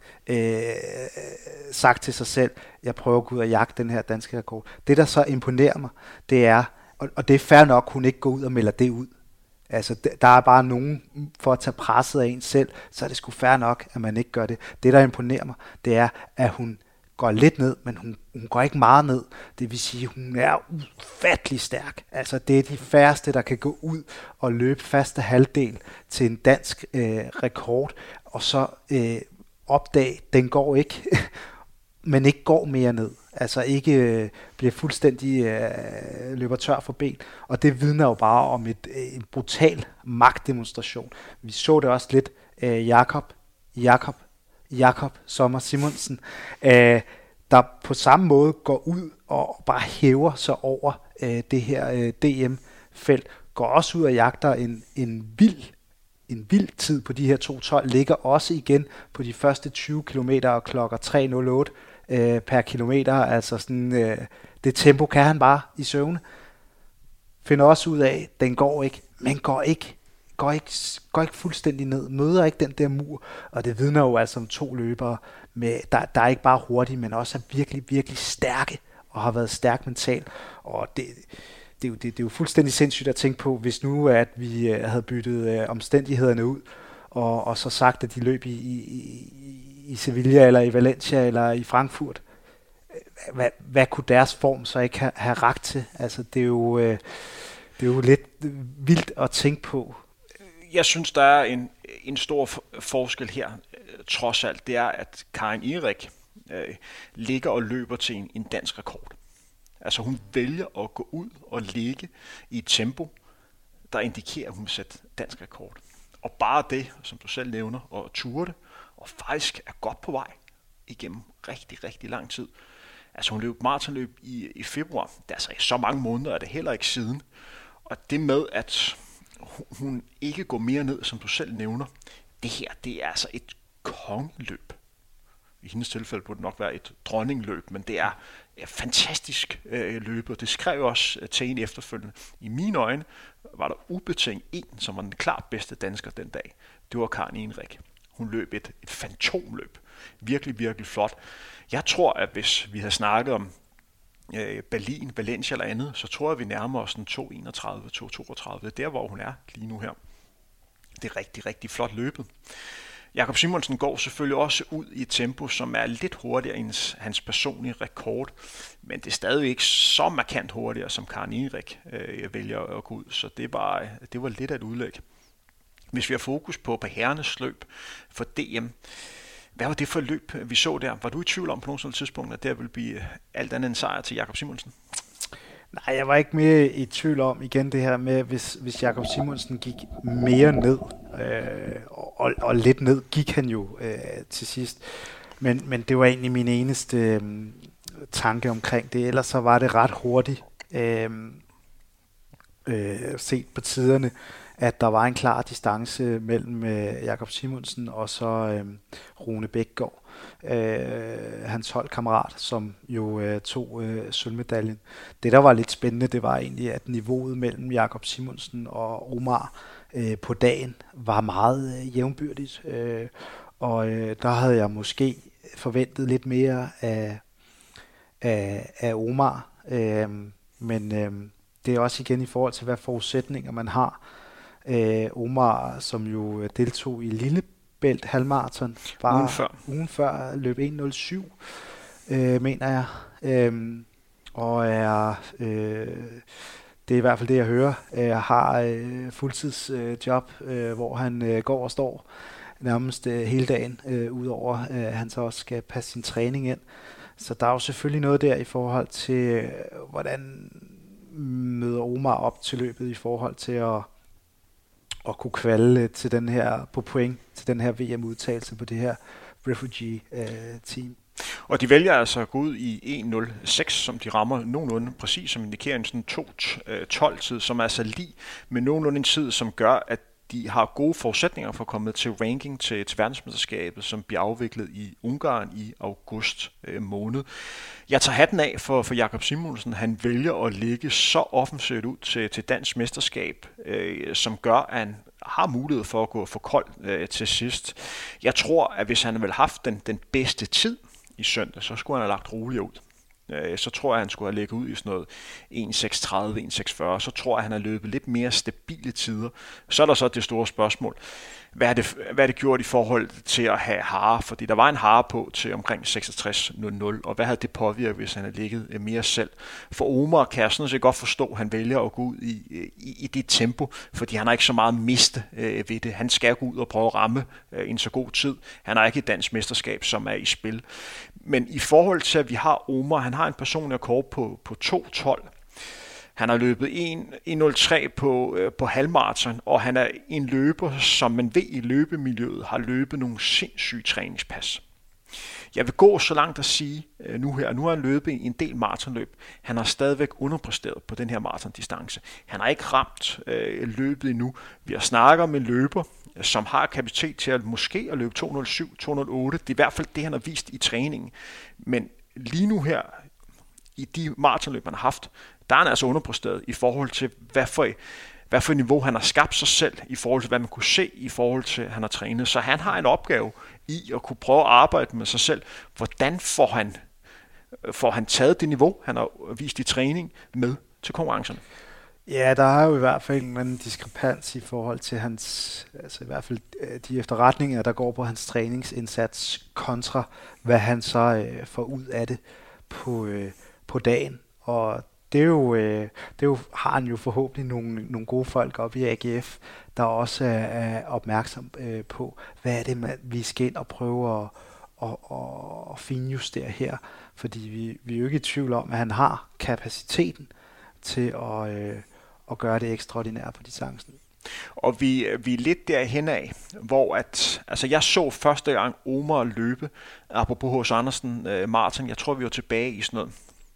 sagt til sig selv, jeg prøver at gå ud og jagte den her danske rekord. Det, der så imponerer mig, det er, og det er fair nok, hun ikke går ud og melder det ud. Altså, der er bare nogen for at tage presset af en selv, så er det sgu fair nok, at man ikke gør det. Det, der imponerer mig, det er, at hun går lidt ned, men hun går ikke meget ned. Det vil sige, at hun er ufattelig stærk. Altså, det er de færreste, der kan gå ud og løbe faste halvdel til en dansk rekord, og så opdage, den går ikke, men ikke går mere ned. Altså ikke bliver fuldstændig løber tør for ben. Og det vidner jo bare om en brutal magtdemonstration. Vi så det også lidt. Jakob Sommer Simonsen, der på samme måde går ud og bare hæver sig over det her DM-felt, går også ud og jagter en vild tid på de her 2.12, ligger også igen på de første 20 km og klokker 3.08 per kilometer, altså sådan, det tempo kan han bare i søvne. Finder også ud af, den går ikke, men går ikke fuldstændig ned, møder ikke den der mur, og det vidner jo altså om 2 løbere, der er ikke bare hurtige, men også er virkelig, virkelig stærke, og har været stærk mentalt, og det er jo fuldstændig sindssygt at tænke på, hvis nu at vi havde byttet omstændighederne ud, og så sagt, at de løb i Sevilla, eller i Valencia, eller i Frankfurt. Hvad kunne deres form så ikke have rakt til? Altså, det er jo lidt vildt at tænke på. Jeg synes, der er en stor forskel her, trods alt. Det er, at Karin Erik ligger og løber til en dansk rekord. Altså hun vælger at gå ud og ligge i et tempo, der indikerer, at hun vil sætte dansk rekord. Og bare det, som du selv nævner, og ture det, og faktisk er godt på vej igennem rigtig, rigtig lang tid. Altså hun løb maratonløb i februar. Det er altså ikke så mange måneder, er det heller ikke siden. Og det med, at hun ikke går mere ned, som du selv nævner, det her, det er altså et kongeløb. I hendes tilfælde burde det nok være et dronningløb, men det er fantastisk løbet. Det skrev også til en efterfølgende. I mine øjne var der ubetinget en, som var den klart bedste dansker den dag. Det var Karin Erik. Hun løb et fantomløb. Virkelig, virkelig flot. Jeg tror, at hvis vi havde snakket om Berlin, Valencia eller andet, så tror jeg, vi nærmer os en 2.31, 2.32. Det er der, hvor hun er lige nu her. Det er rigtig, rigtig flot løbet. Jakob Simonsen går selvfølgelig også ud i et tempo, som er lidt hurtigere end hans personlige rekord, men det er stadig ikke så markant hurtigere, som Karin Erik vælger at gå ud, så det var lidt af et udlæg. Hvis vi har fokus på herrenes løb for DM, hvad var det for et løb, vi så der? Var du i tvivl om på nogle tidspunkt, at det ville blive alt andet end sejr til Jakob Simonsen? Nej, jeg var ikke mere i tvivl om igen det her med, hvis Jakob Simonsen gik mere ned, og lidt ned gik han jo til sidst. Men det var egentlig min eneste tanke omkring det. Ellers så var det ret hurtigt set på tiderne, at der var en klar distance mellem Jakob Simonsen og så Rune Bækgaard, hans holdkammerat, som jo tog sølvmedaljen. Det, der var lidt spændende, det var egentlig, at niveauet mellem Jakob Simonsen og Omar på dagen var meget jævnbyrdigt, og der havde jeg måske forventet lidt mere af Omar, men det er også igen i forhold til, hvad forudsætninger man har. Omar, som jo deltog i Lillebælt halvmarathon, bare ugen før løb 1.07, mener jeg. Og det er i hvert fald det, jeg hører. Jeg har fuldtidsjob, hvor han går og står nærmest hele dagen, udover at han så også skal passe sin træning ind. Så der er jo selvfølgelig noget der i forhold til, hvordan møder Omar op til løbet i forhold til at kunne kvalde til den her, på point til den her VM-udtagelse på det her refugee-team. Og de vælger altså at gå ud i 1.06, som de rammer nogenlunde præcis, som indikerer en sådan 2.12-tid, som er altså lige med nogenlunde en tid, som gør, at de har gode forudsætninger for at komme til ranking til verdensmesterskabet, som bliver afviklet i Ungarn i august måned. Jeg tager hatten af for Jakob Simonsen. Han vælger at ligge så offensivt ud til dansk mesterskab, som gør, at han har mulighed for at gå for kold til sidst. Jeg tror, at hvis han ville haft den bedste tid i søndag, så skulle han have lagt roligt ud. Så tror jeg, han skulle have lægget ud i sådan noget 1.36, 1.46. Så tror jeg, han har løbet lidt mere stabile tider. Så er der så det store spørgsmål. Hvad er det gjort i forhold til at have hare? Fordi der var en hare på til omkring 66.00, og hvad havde det påvirket, hvis han havde ligget mere selv? For Omar kan jeg sådan set godt forstå, at han vælger at gå ud i det tempo, fordi han har ikke så meget at miste ved det. Han skal gå ud og prøve at ramme en så god tid. Han har ikke et dansk mesterskab, som er i spil. Men i forhold til, at vi har Omar, han har en personlig rekord på 2.12. Han har løbet 1.03 på halvmarathon, og han er en løber, som man ved i løbemiljøet, har løbet nogle sindssyge træningspas. Jeg vil gå så langt at sige nu har han løbet en del maratonløb. Han har stadigvæk underpræsteret på den her maratondistance. Han har ikke ramt løbet endnu. Vi har snakket om en løber, som har kapacitet til at måske at løbe 2.07, 2.08. Det er i hvert fald det, han har vist i træningen. Men lige nu her, i de maratonløb, han har haft, der er han altså underpræsteret i forhold til, hvad for niveau han har skabt sig selv, i forhold til, hvad man kunne se, i forhold til, at han har trænet. Så han har en opgave i at kunne prøve at arbejde med sig selv. Hvordan får han taget det niveau, han har vist i træning, med til konkurrencerne? Ja, der er jo i hvert fald en eller anden diskrepans i forhold til hans, altså i hvert fald de efterretninger, der går på hans træningsindsats, kontra hvad han så får ud af det på dagen. Og det er jo, har han jo forhåbentlig nogle gode folk oppe i AGF, der også er opmærksom på, hvad er det, vi skal ind og prøve at finjustere her. Fordi vi er jo ikke i tvivl om, at han har kapaciteten til at gøre det ekstraordinært på distancen. Og vi er lidt derhen af, hvor jeg så første gang Omar løbe, apropos H.C. Andersen maraton, jeg tror vi var tilbage i sådan noget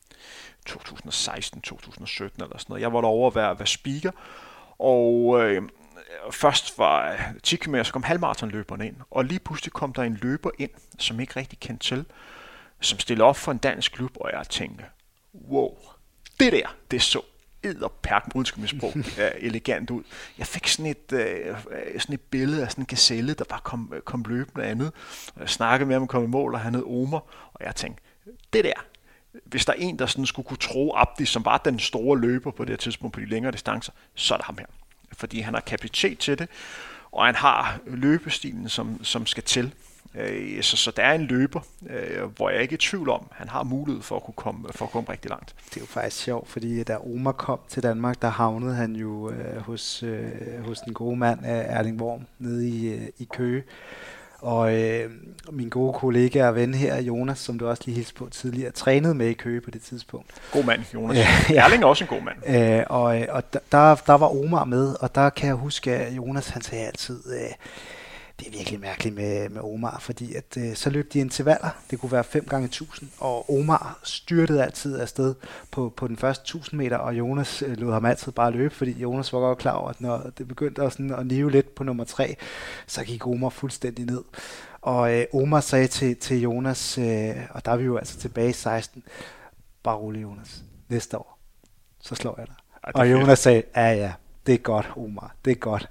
2016, 2017 eller sådan noget. Jeg var derovre at være speaker, og først var 10 km, så kom halvmaratonløberne ind, og lige pludselig kom der en løber ind, som ikke rigtig kendte til, som stillede op for en dansk klub, og jeg tænkte, wow, det så edderperken, undskyld mit sprog, elegant ud. Jeg fik sådan et billede af sådan en gazelle, der bare kom løbende andet. Og jeg snakkede med ham, kom i mål, og han hed Omar, og jeg tænkte, hvis der er en, der sådan skulle kunne tro Abdi, som var den store løber på det her tidspunkt på de længere distancer, så er det ham her. Fordi han har kapacitet til det, og han har løbestilen, som skal til. Så der er en løber, hvor jeg ikke er i tvivl om, han har mulighed for at kunne komme rigtig langt. Det er jo faktisk sjovt, fordi da Omar kom til Danmark, der havnede han jo hos den gode mand Erling Worm nede i Køge. Og min gode kollega og ven her, Jonas, som du også lige hilste på tidligere, trænede med i Køge på det tidspunkt. God mand, Jonas. Erling er også en god mand. Og der var Omar med, og der kan jeg huske, at Jonas han sagde altid, det er virkelig mærkeligt med Omar, fordi at så løb de intervaller, det kunne være 5x1000, og Omar styrtede altid afsted på den første 1000 meter, og Jonas lod ham altid bare løbe, fordi Jonas var godt klar over, at når det begyndte at nive lidt på nummer 3, så gik Omar fuldstændig ned. Og Omar sagde til Jonas, og der er vi jo altså tilbage i 16, bare rolig Jonas, næste år, så slår jeg dig. Og Jonas sagde, ja, det er godt, Omar, det er godt.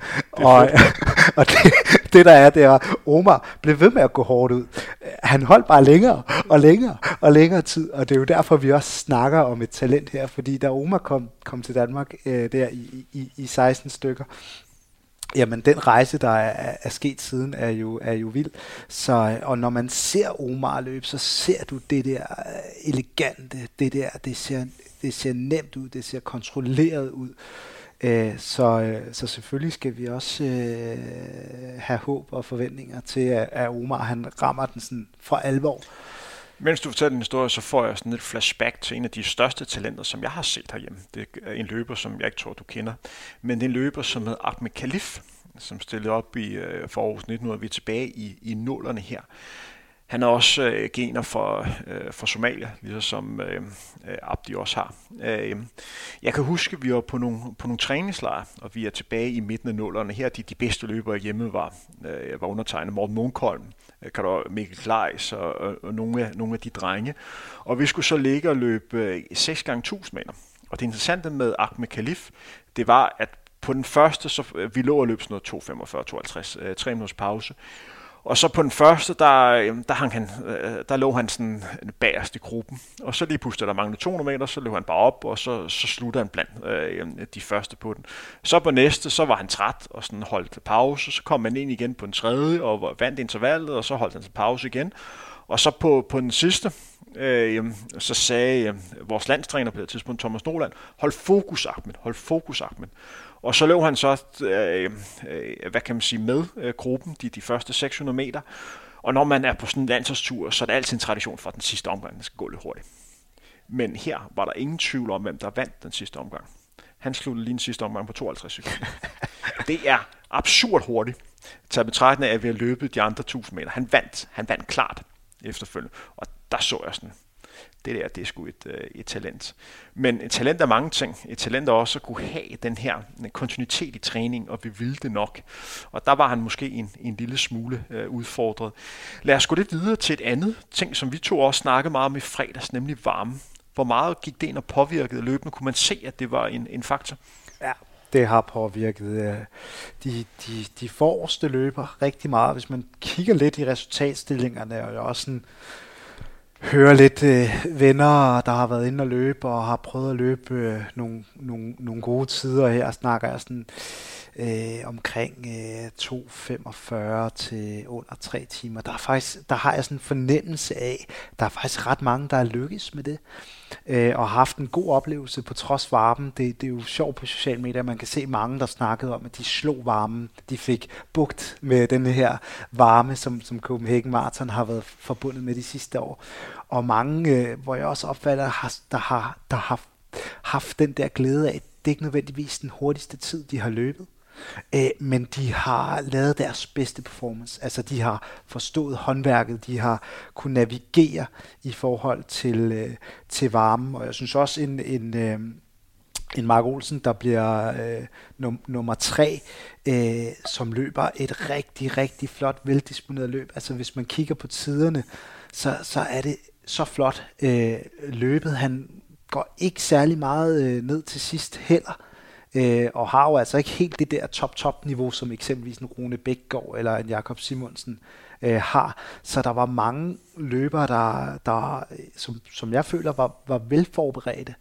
Og det der er, det er, Omar blev ved med at gå hårdt ud. Han holdt bare længere tid, og det er jo derfor, vi også snakker om et talent her, fordi da Omar kom til Danmark der i 16 stykker, jamen den rejse, der er sket siden, er jo vild. Så, og når man ser Omar løbe, så ser du det der elegante, det ser nemt ud, det ser kontrolleret ud. Så selvfølgelig skal vi også have håb og forventninger til, at Omar han rammer den sådan for alvor. Mens du fortæller den historie, så får jeg sådan et flashback til en af de største talenter, som jeg har set herhjemme. Det er en løber, som jeg ikke tror, du kender. Men det er en løber, som hedder Ahmed Khalif, som stillede op i foråret 1900. Vi er tilbage i nullerne her. Han har også gener for Somalia, ligesom som Abdi også har. Jeg kan huske, at vi var på nogle træningslejre, og vi er tilbage i midten af nullerne. Her de bedste løbere hjemme var undertegnet Morten Munkholm, Mikkel Kleis og nogle af de drenge. Og vi skulle så ligge og løbe 6x1000 meter. Og det interessante med Ahmed Khalif, det var, at på den første, så vi lå og løb sådan noget 2:45-2:50, 3 minutters pause. Og så på den første, der lå han sådan bagerst i gruppen. Og så lige pludselig, der manglede 200 meter, så løb han bare op, og så sluttede han blandt de første på den. Så på næste, så var han træt og sådan holdt pause. Så kom han ind igen på den tredje og vandt intervallet, og så holdt han til pause igen. Og så på den sidste, så sagde vores landstræner på det tidspunkt, Thomas Noland, hold fokus, Ahmed. Og så løb han så, med gruppen de første 600 meter. Og når man er på sådan en landsholdstur, så er det altid en tradition for, at den sidste omgang skal gå lidt hurtigt. Men her var der ingen tvivl om, hvem der vandt den sidste omgang. Han sluttede lige den sidste omgang på 52 sekunder. Det er absurd hurtigt. Tag betragtning af, at vi har løbet de andre 1000 meter. Han vandt klart efterfølgende. Og der så jeg sådan, det er sgu et talent. Men et talent er mange ting. Et talent er også at kunne have den her kontinuitet i træning, og vi ville det nok. Og der var han måske en lille smule udfordret. Lad os gå lidt videre til et andet ting, som vi to også snakkede meget om i fredags, nemlig varme. Hvor meget gik det ind og påvirkede løbende? Kunne man se, at det var en faktor? Ja, det har påvirket de forreste løber rigtig meget. Hvis man kigger lidt i resultatstillingerne, og også sådan hører lidt venner, der har været inde og løbe, og har prøvet at løbe nogle gode tider. Her snakker jeg sådan omkring 2:45 til under 3 timer. Der har jeg sådan en fornemmelse af, der er faktisk ret mange, der er lykkes med det, og har haft en god oplevelse på trods varmen. Det er jo sjovt på sociale medier, man kan se mange, der snakkede om, at de slog varmen. De fik bugt med den her varme, som Copenhagen Marathon har været forbundet med de sidste år. Og mange, hvor jeg også opfatter, der har haft den der glæde af, det er ikke nødvendigvis den hurtigste tid, de har løbet. Men de har lavet deres bedste performance. Altså de har forstået håndværket, de har kunnet navigere i forhold til varmen. Og jeg synes også en Mark Olsen, der bliver nummer 3, som løber et rigtig, rigtig flot, veldisponeret løb. Altså hvis man kigger på tiderne, så er det så flot løbet. Han går ikke særlig meget ned til sidst heller. Og har jo altså ikke helt det der top-niveau, som eksempelvis en Rune Bækgaard eller en Jakob Simonsen har. Så der var mange løbere, der som jeg føler, var velforberedte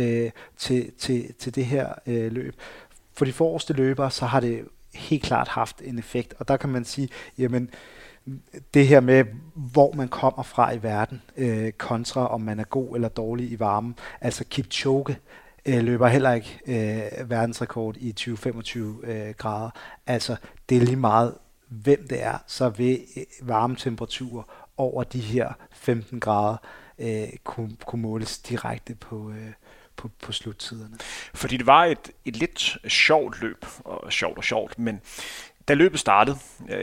til det her løb. For de forreste løbere, så har det helt klart haft en effekt. Og der kan man sige, jamen, det her med, hvor man kommer fra i verden, kontra om man er god eller dårlig i varmen. Altså Kipchoge løber heller ikke verdensrekord i 20-25 grader. Altså, det er lige meget, hvem det er, så vil varme temperaturer over de her 15 grader kunne måles direkte på sluttiderne. Fordi det var et lidt sjovt løb, og sjovt, men da løbet startede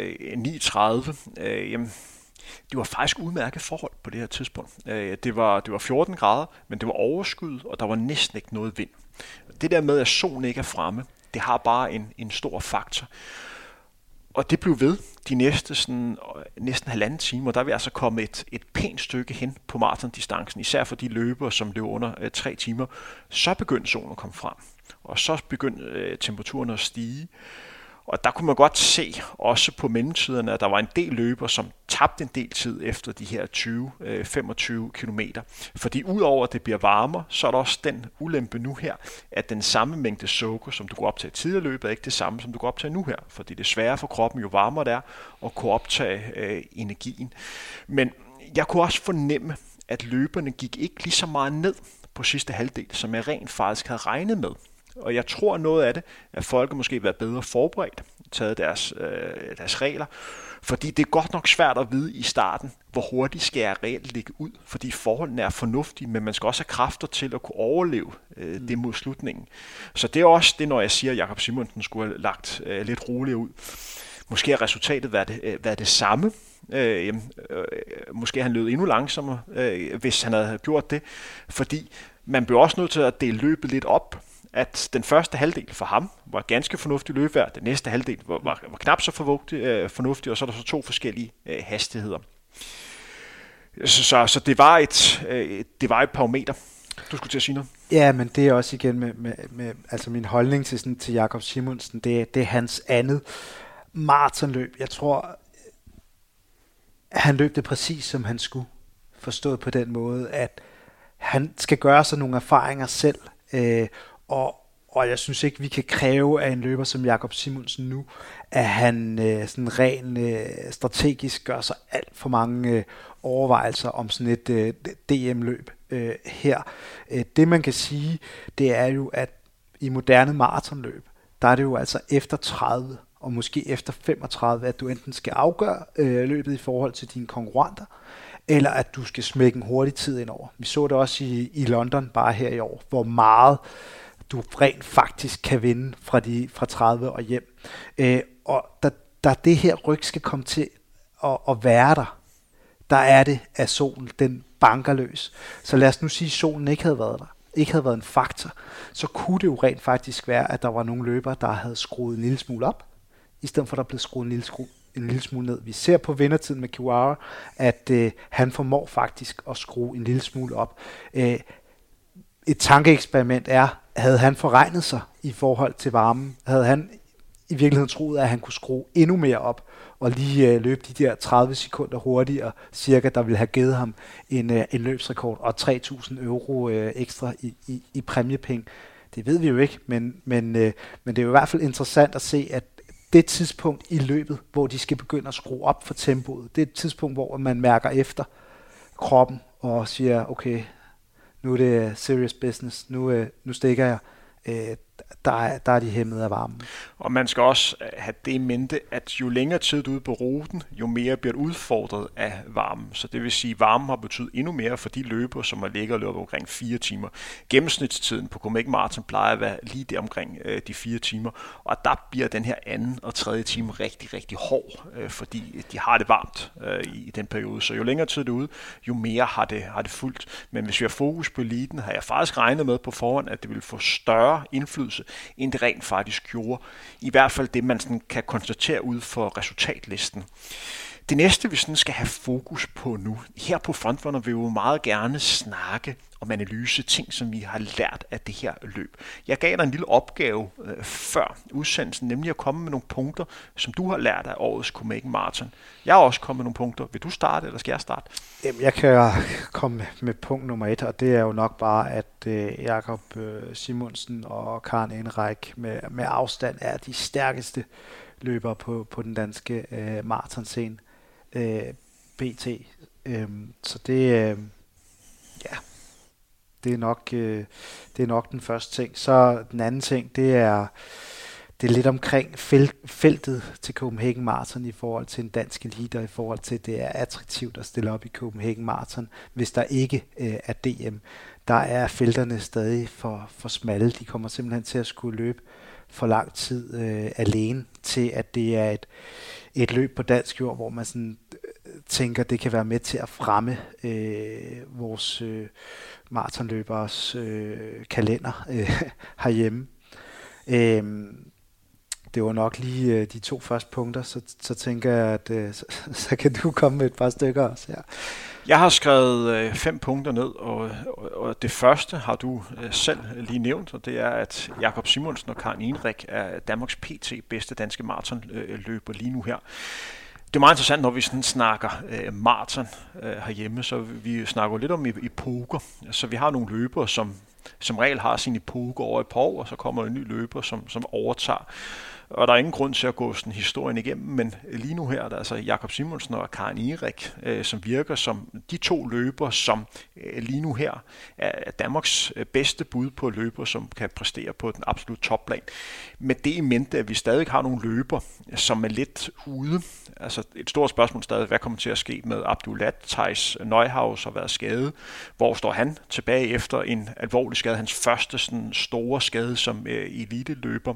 9:30, det var faktisk udmærket forhold på det her tidspunkt. Det var 14 grader, men det var overskyet, og der var næsten ikke noget vind. Det der med, at solen ikke er fremme, det har bare en stor faktor. Og det blev ved de næste næsten halvanden time, og der er vi altså kommet et pænt stykke hen på maratondistancen, især for de løbere, som løb under 3 timer. Så begyndte solen at komme frem, og så begyndte temperaturen at stige. Og der kunne man godt se, også på mellemtiderne, at der var en del løbere, som tabte en del tid efter de her 20-25 kilometer. Fordi udover at det bliver varmere, så er der også den ulempe nu her, at den samme mængde sukker, som du går op til tidligere løbet, er ikke det samme, som du går op til nu her. Fordi det er sværere for kroppen, jo varmere det er, at kunne optage energien. Men jeg kunne også fornemme, at løberne gik ikke lige så meget ned på sidste halvdel, som jeg rent faktisk havde regnet med. Og jeg tror noget af det, at folk måske været bedre forberedt, taget deres regler, fordi det er godt nok svært at vide i starten, hvor hurtigt skal jeg reelt ligge ud, fordi forholdene er fornuftige, men man skal også have kræfter til at kunne overleve det mod slutningen. Så det er også det, når jeg siger, at Jakob Simonsen skulle have lagt lidt roligere ud. Måske har resultatet været det samme. Måske han løb endnu langsommere, hvis han havde gjort det, fordi man bliver også nødt til at dele løbet lidt op. At den første halvdel for ham var ganske fornuftig løbevejr, den næste halvdel var knap så fornuftig, og så er der så 2 forskellige hastigheder. Så det var et parameter. Du skulle til at sige noget? Ja, men det er også igen med altså min holdning til Jakob Simonsen, det er hans andet maratonløb. Jeg tror, han løb det præcis, som han skulle. Forstået på den måde, at han skal gøre sig nogle erfaringer selv, og jeg synes ikke, vi kan kræve af en løber som Jakob Simonsen nu, at han sådan ren strategisk gør sig alt for mange overvejelser om sådan et DM-løb her. Det man kan sige, det er jo, at i moderne maratonløb, der er det jo altså efter 30 og måske efter 35, at du enten skal afgøre løbet i forhold til dine konkurrenter, eller at du skal smække en hurtig tid ind over. Vi så det også i London bare her i år, hvor meget du rent faktisk kan vinde fra 30 og hjem. Og der det her ryg skal komme til at være der er det, at solen den banker løs. Så lad os nu sige, at solen ikke havde været der, ikke havde været en faktor, så kunne det jo rent faktisk være, at der var nogle løbere, der havde skruet en lille smule op, i stedet for at der blev skruet en lille smule ned. Vi ser på vindertiden med Kiwara, at han formår faktisk at skrue en lille smule op. Et tankeeksperiment havde han forregnet sig i forhold til varmen? Havde han i virkeligheden troet, at han kunne skrue endnu mere op, og lige løbe de der 30 sekunder hurtigere, cirka, der ville have givet ham en løbsrekord og 3.000 euro ekstra i præmiepenge? Det ved vi jo ikke, men det er jo i hvert fald interessant at se, at det tidspunkt i løbet, hvor de skal begynde at skrue op for tempoet, det er et tidspunkt, hvor man mærker efter kroppen og siger, okay, nu er det serious business, nu stikker jeg. Der er de hæmmet af varmen. Og man skal også have det i mente, at jo længere tid du er ude på ruten, jo mere bliver du udfordret af varmen. Så det vil sige, at varmen har betydet endnu mere for de løbere, som har ligget og løbet omkring 4 timer. Gennemsnitstiden på Copenhagen Marathon plejer at være lige der omkring de 4 timer. Og der bliver den her anden og tredje time rigtig, rigtig hård, fordi de har det varmt i den periode. Så jo længere tid du er ude, jo mere har det fulgt. Men hvis vi har fokus på eliten, har jeg faktisk regnet med på forhånd, at det vil få større indflydelse, end det rent faktisk gjorde. I hvert fald det, man sådan kan konstatere ud for resultatlisten. Det næste, vi sådan skal have fokus på nu, her på Frontrunner vil vi jo meget gerne snakke om analyse, ting, som vi har lært af det her løb. Jeg gav dig en lille opgave før udsendelsen, nemlig at komme med nogle punkter, som du har lært af årets Copenhagen Marathon. Jeg har også kommet med nogle punkter. Vil du starte, eller skal jeg starte? Jamen, jeg kan komme med punkt nummer 1, og det er jo nok bare, at Jakob Simonsen og Karen Enreich med afstand er de stærkeste løbere på den danske maratonscene. PT. Så det det er nok den første ting. Så den anden ting, det er lidt omkring feltet til Copenhagen Marathon i forhold til en dansk elite, i forhold til, at det er attraktivt at stille op i Copenhagen Marathon, hvis der ikke er DM. Der er felterne stadig for smalle. De kommer simpelthen til at skulle løbe for lang tid alene til, at det er et løb på dansk jord, hvor man sådan tænker, det kan være med til at fremme vores maratonløberes kalender herhjemme. Det var nok lige de 2 første punkter, så tænker jeg, at så kan du komme med et par stykker også her. Jeg har skrevet 5 punkter ned, og det første har du selv lige nævnt, og det er, at Jakob Simonsen og Karen Enreich er Danmarks PT bedste danske maratonløber lige nu her. Det er meget interessant, når vi sådan snakker maraton herhjemme, så vi snakker lidt om epoker. Så vi har nogle løbere, som regel har sin epoke over et par år, og så kommer en ny løber, som overtager. Og der er ingen grund til at gå sådan historien igennem, men lige nu her er der altså Jakob Simonsen og Karen Enreich, som virker som de 2 løbere, som lige nu her er Danmarks bedste bud på løber, som kan præstere på den absolut topplan. Med det i mente, at vi stadig har nogle løber, som er lidt ude. Altså et stort spørgsmål stadig, hvad kommer til at ske med Abdulat? Theis Neuhaus har været skadet. Hvor står han tilbage efter en alvorlig skade? Hans første sådan store skade som eliteløber.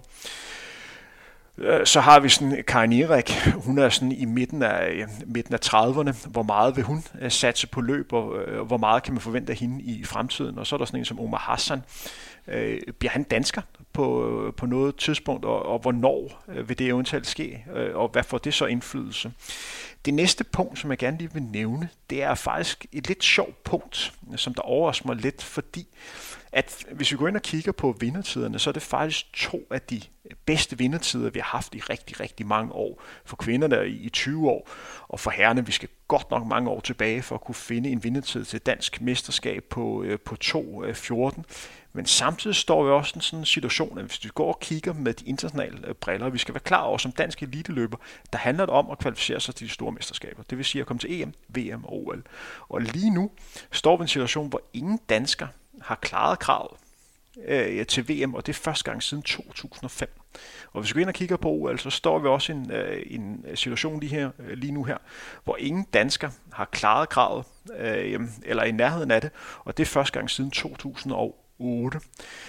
Så har vi sådan Karen Enreich, hun er sådan i midten af 30'erne. Hvor meget vil hun satse på løb, og hvor meget kan man forvente af hende i fremtiden? Og så er der sådan en som Omar Hassan. Bliver han dansker på noget tidspunkt, og hvornår vil det eventuelt ske, og hvad får det så indflydelse? Det næste punkt, som jeg gerne lige vil nævne, det er faktisk et lidt sjovt punkt, som der overrasker mig lidt, fordi at hvis vi går ind og kigger på vindertiderne, så er det faktisk 2 af de bedste vindertider, vi har haft i rigtig, rigtig mange år. For kvinderne i 20 år, og for herrerne, vi skal godt nok mange år tilbage for at kunne finde en vindertid til dansk mesterskab på 2.14. Men samtidig står vi også i sådan en situation, at hvis vi går og kigger med de internationale briller, vi skal være klar over som dansk eliteløber, der handler det om at kvalificere sig til de store mesterskaber. Det vil sige at komme til EM, VM og OL. Og lige nu står vi i en situation, hvor ingen dansker har klaret kravet til VM, og det er første gang siden 2005. Og hvis vi går ind og kigger på OL, så står vi også i en situation lige nu her, hvor ingen dansker har klaret kravet, eller i nærheden af det, og det er første gang siden 2008.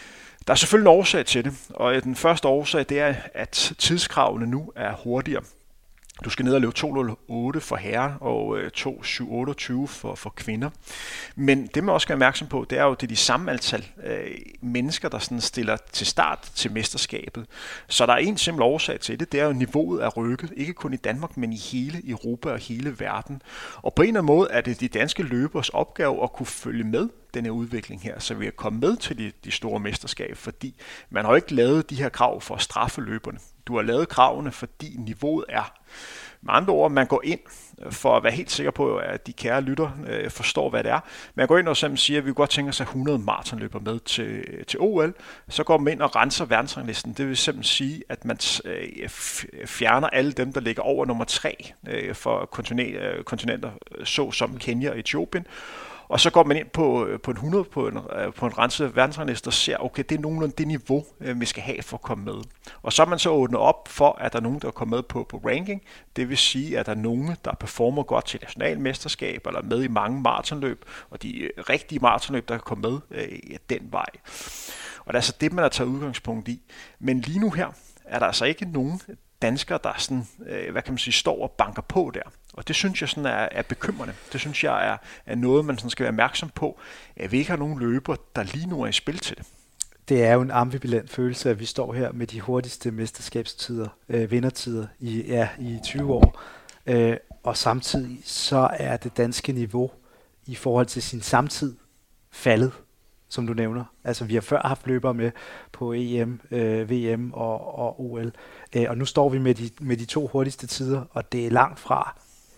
Der er selvfølgelig en årsag til det, og den første årsag det er, at tidskravene nu er hurtigere. Du skal ned og løbe 2.08 for herrer og 2.728 for kvinder. Men det man også skal være opmærksom på, det er jo, det er de samme antal mennesker, der sådan stiller til start til mesterskabet. Så der er en simpel årsag til det, det er jo niveauet er rykket, ikke kun i Danmark, men i hele Europa og hele verden. Og på en eller anden måde er det de danske løbers opgave at kunne følge med den her udvikling her, så vi er kommet med til de store mesterskaber, fordi man har jo ikke lavet de her krav for at straffe løberne. Du har lavet kravene, fordi niveauet er. Med andre ord, man går ind for at være helt sikker på, at de kære lytter forstår, hvad det er. Man går ind og simpelthen siger, at vi kunne godt tænke os at 100 maratonløber med til OL. Så går man ind og renser verdensranglisten. Det vil simpelthen sige, at man fjerner alle dem, der ligger over nummer 3 for kontinenter, såsom Kenya og Etiopien. Og så går man ind på en 100 på en renset verdensrangliste og ser, okay, det er nogenlunde det niveau, vi skal have for at komme med. Og så er man så åbnet op for, at der er nogen, der er kommet med på ranking. Det vil sige, at der er nogen, der performer godt til nationalmesterskab eller med i mange maratonløb, og de rigtige maratonløb, der kan komme med den vej. Og det er altså det, man har taget udgangspunkt i. Men lige nu her er der altså ikke nogen danskere, der sådan, står og banker på der. Og det synes jeg sådan er bekymrende. Det synes jeg er noget, man sådan skal være opmærksom på, at vi ikke har nogen løber, der lige nu er i spil til det. Det er jo en ambivalent følelse, at vi står her med de hurtigste mesterskabstider, vindertider i 20 år. Og samtidig så er det danske niveau i forhold til sin samtid faldet, som du nævner. Altså vi har før haft løbere med på EM, VM og OL. Og nu står vi med de 2 hurtigste tider, og det er langt fra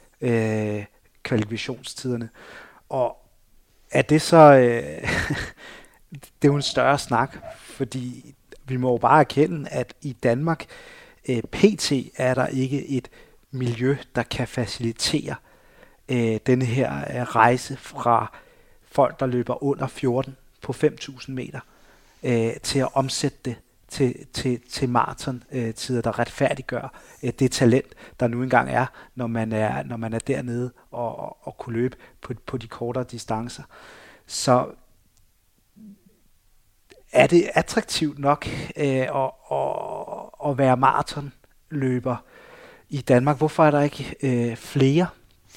kvalifikationstiderne. Og er det så... det er jo en større snak, fordi vi må jo bare erkende, at i Danmark pt. Er der ikke et miljø, der kan facilitere denne her rejse fra folk, der løber under 14 på 5.000 meter, til at omsætte det til maratontider, der retfærdiggør det talent, der nu engang er, når man er dernede og kunne løbe på de kortere distancer. Så er det attraktivt nok at være maratonløber i Danmark? Hvorfor er der ikke flere?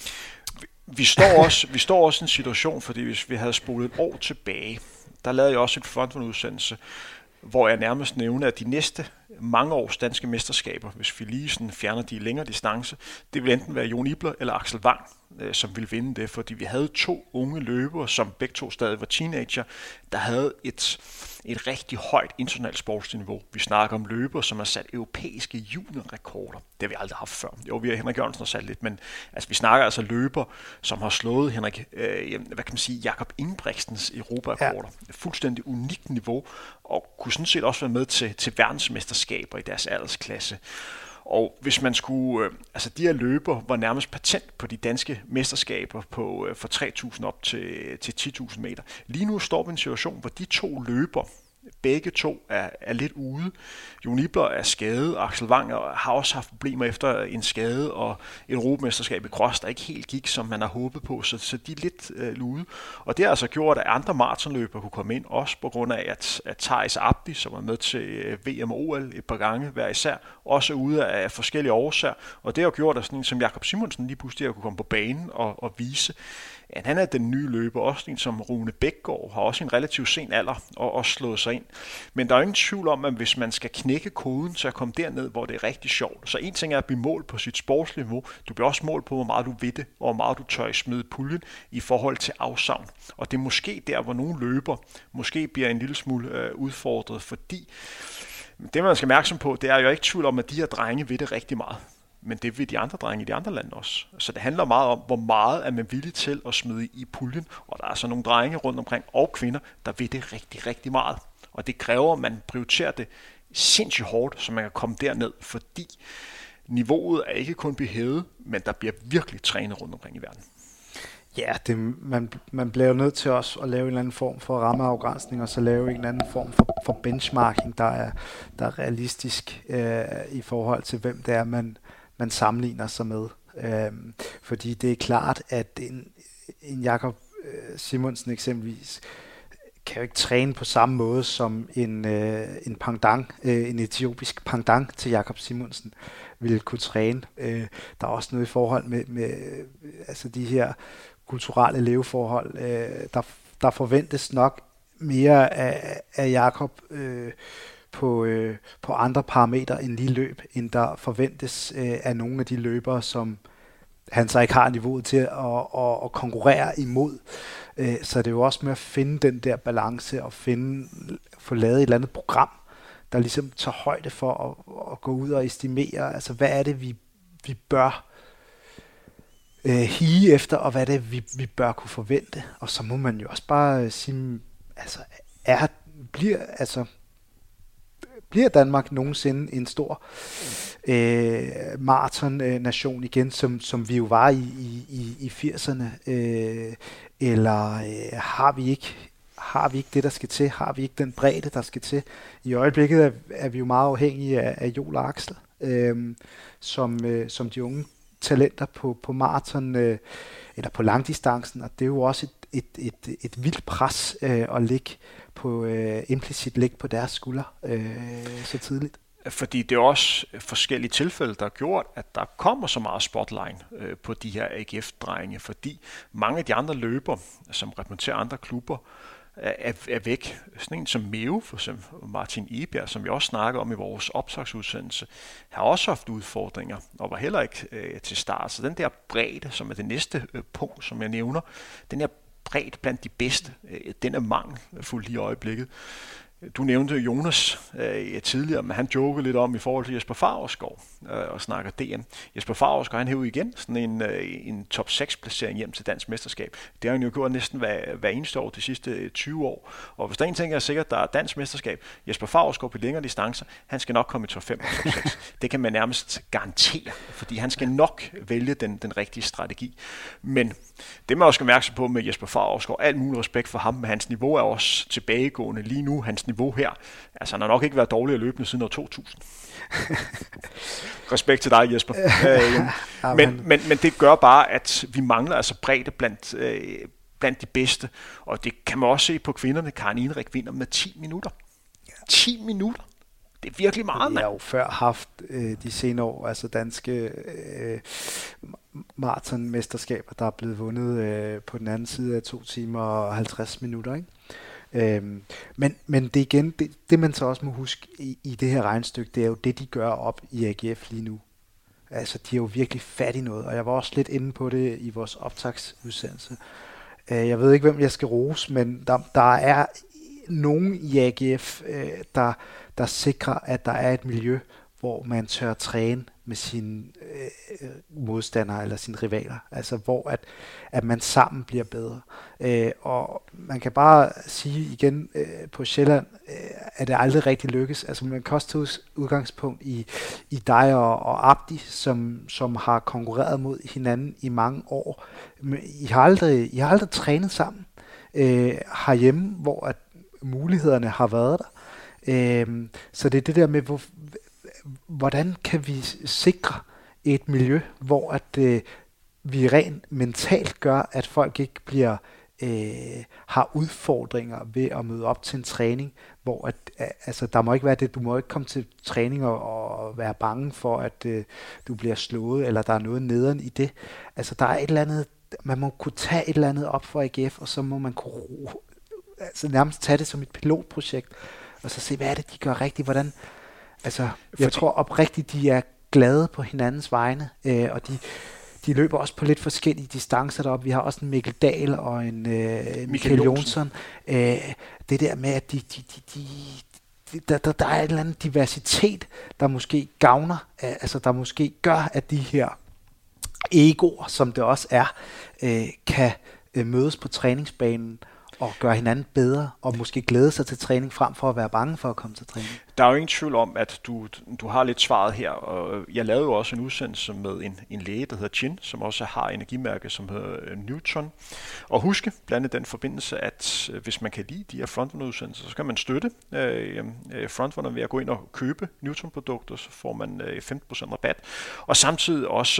Vi står også i en situation, fordi hvis vi havde spolet et år tilbage, der lavede jeg også en frontrunde-udsendelse, hvor jeg nærmest nævner, at de næste mange års danske mesterskaber, hvis vi lige sådan fjerner de længere distance, det vil enten være Jon Ibler eller Axel Wang, som ville vinde det, fordi vi havde 2 unge løbere, som begge 2 stadig var teenager, der havde et rigtig højt internationalt sportsniveau. Vi snakker om løbere, som har sat europæiske juniorrekorder. Det har vi aldrig haft før. Jo, vi har Henrik Jørgensen har sat lidt, men altså, vi snakker altså løbere, som har slået Jakob Ingebrigtsens europarekorder. Ja. Et fuldstændig unikt niveau, og kunne sådan set også være med til verdensmesterskaber i deres aldersklasse. Og hvis man skulle, de her løber var nærmest patent på de danske mesterskaber på fra 3.000 op til 10.000 meter. Lige nu står vi i en situation, hvor de 2 løber, begge 2 er lidt ude. Jon Ibler er skadet, Axel Wang har også haft problemer efter en skade, og et europamesterskab i cross, der ikke helt gik, som man har håbet på, så de er lidt ude. Og det har altså gjort, at andre maratonløbere kunne komme ind, også på grund af, at Theis Abdi, som var med til VM og OL et par gange hver især, også er ude af forskellige årsager. Og det har gjort, at sådan en som Jakob Simonsen lige pludselig kunne komme på banen og vise, at han er den nye løber, også en som Rune Bækgaard, har også en relativt sen alder og også slået sig ind. Men der er ingen tvivl om, at hvis man skal knække koden til at komme derned, hvor det er rigtig sjovt. Så en ting er at blive målt på sit sportsniveau. Du bliver også målt på, hvor meget du ved det, og hvor meget du tør smide puljen i forhold til afsavn. Og det er måske der, hvor nogle løber måske bliver en lille smule udfordret, fordi det, man skal mærke på, det er jo ikke tvivl om, at de her drenge ved det rigtig meget. Men det vil de andre drenge i de andre lande også. Så det handler meget om, hvor meget er man villig til at smide i puljen. Og der er altså nogle drenge rundt omkring, og kvinder, der ved det rigtig, rigtig meget. Og det kræver, at man prioriterer det sindssygt hårdt, så man kan komme derned, fordi niveauet er ikke kun behævet, men der bliver virkelig trænet rundt omkring i verden. Ja, man bliver jo nødt til også at lave en eller anden form for rammeafgrænsning, og så lave en eller anden form for benchmarking, der er realistisk i forhold til, hvem det er, man sammenligner sig med. Fordi det er klart, at en Jakob Simonsen eksempelvis kan jo ikke træne på samme måde som en pendant, en etiopisk pendant til Jakob Simonsen ville kunne træne. Der er også noget i forhold med altså de her kulturelle leveforhold. Der forventes nok mere af Jakob på andre parametre end lige løb, end der forventes af nogle af de løbere, som han så ikke har niveauet til at konkurrere imod. Så det er jo også med at finde den der balance og få lavet et eller andet program, der ligesom tager højde for at gå ud og estimere, altså hvad er det, vi bør hige efter, og hvad er det, vi bør kunne forvente. Og så må man jo også bare sige, altså bliver Danmark nogensinde en stor maraton-nation igen, som vi jo var i 80'erne? Eller har vi ikke det, der skal til? Har vi ikke den bredde, der skal til? I øjeblikket er vi jo meget afhængige af Joel og Axel, som de unge talenter på maraton eller på langdistancen, og det er jo også et vildt pres at ligge på implicit ligge på deres skuldre så tidligt. Fordi det er også forskellige tilfælde, der har gjort, at der kommer så meget spotlight på de her AGF-drenge, fordi mange af de andre løbere, som repræsenterer andre klubber, er væk. Sådan en som Meo, for eksempel Martin Egebjerg, som vi også snakkede om i vores optagsudsendelse, har også haft udfordringer, og var heller ikke til start. Så den der bredde, som er det næste punkt, som jeg nævner, den er bredt blandt de bedste, den er mangelfuld i øjeblikket. Du nævnte Jonas tidligere, men han jokede lidt om i forhold til Jesper Favrskov og snakker DM. Jesper Favrskov, han hævde igen sådan en top 6 placering hjem til dansk mesterskab. Det har han jo gjort næsten hver eneste år de sidste 20 år. Og hvis der er en ting, er sikkert, der er dansk mesterskab, Jesper Favrskov på længere distancer, han skal nok komme i top 5 og top 6. Det kan man nærmest garantere, fordi han skal nok vælge den rigtige strategi. Men det man også skal mærke sig på med Jesper Favrskov, alt mulig respekt for ham, men hans niveau er også tilbagegående lige nu. Hans niveau her, altså han har nok ikke været dårlig at løbende siden år 2000. Respekt til dig, Jesper. Men det gør bare, at vi mangler altså bredde blandt de bedste, og det kan man også se på kvinderne. Karen Ingerik vinder med 10 minutter. 10 minutter! Det er virkelig meget, mand. Jeg har jo før haft de senere år, altså danske maratonmesterskaber, der er blevet vundet på den anden side af 2 timer og 50 minutter, ikke? Men det igen, det man så også må huske i det her regnestykke, det er jo det, de gør op i AGF lige nu. Altså, de er jo virkelig fat i noget, og jeg var også lidt inde på det i vores optagsudsendelse. Jeg ved ikke, hvem jeg skal rose, men der er nogen i AGF, der sikrer, at der er et miljø, hvor man tør træne med sine modstandere eller sine rivaler. Altså hvor at man sammen bliver bedre. Og man kan bare sige igen, på Sjælland at det aldrig rigtig lykkes. Altså man kan også tage udgangspunkt i dig og Abdi, som har konkurreret mod hinanden i mange år. Men I har aldrig trænet sammen herhjemme, hvor at mulighederne har været der. Så det er det der med, hvordan kan vi sikre et miljø, hvor at vi rent mentalt gør, at folk ikke har udfordringer ved at møde op til en træning, hvor altså der må ikke være det, du må ikke komme til træning og være bange for, at du bliver slået, eller der er noget nederen i det. Altså der er et eller andet, man må kunne tage et eller andet op for AGF, og så må man kunne nærmest tage det som et pilotprojekt, og så se, hvad er det, de gør rigtigt, hvordan. Altså, jeg tror oprigtigt, de er glade på hinandens vegne, og de løber også på lidt forskellige distancer deroppe. Vi har også en Mikkel Dahl og en Michael Jonsson. Det der med, at der er en eller anden diversitet, der måske gavner, altså der måske gør, at de her egoer, som det også er, kan mødes på træningsbanen og gøre hinanden bedre, og måske glæde sig til træning, frem for at være bange for at komme til træning. Der er jo ingen tvivl om, at du har lidt svaret her, og jeg lavede jo også en udsendelse med en læge, der hedder Chin, som også har energimærke, som hedder Newton. Og husk blandt den forbindelse, at hvis man kan lide de her frontrunner-udsendelser, så kan man støtte frontrunner ved at gå ind og købe Newton-produkter, så får man 15% rabat. Og samtidig også,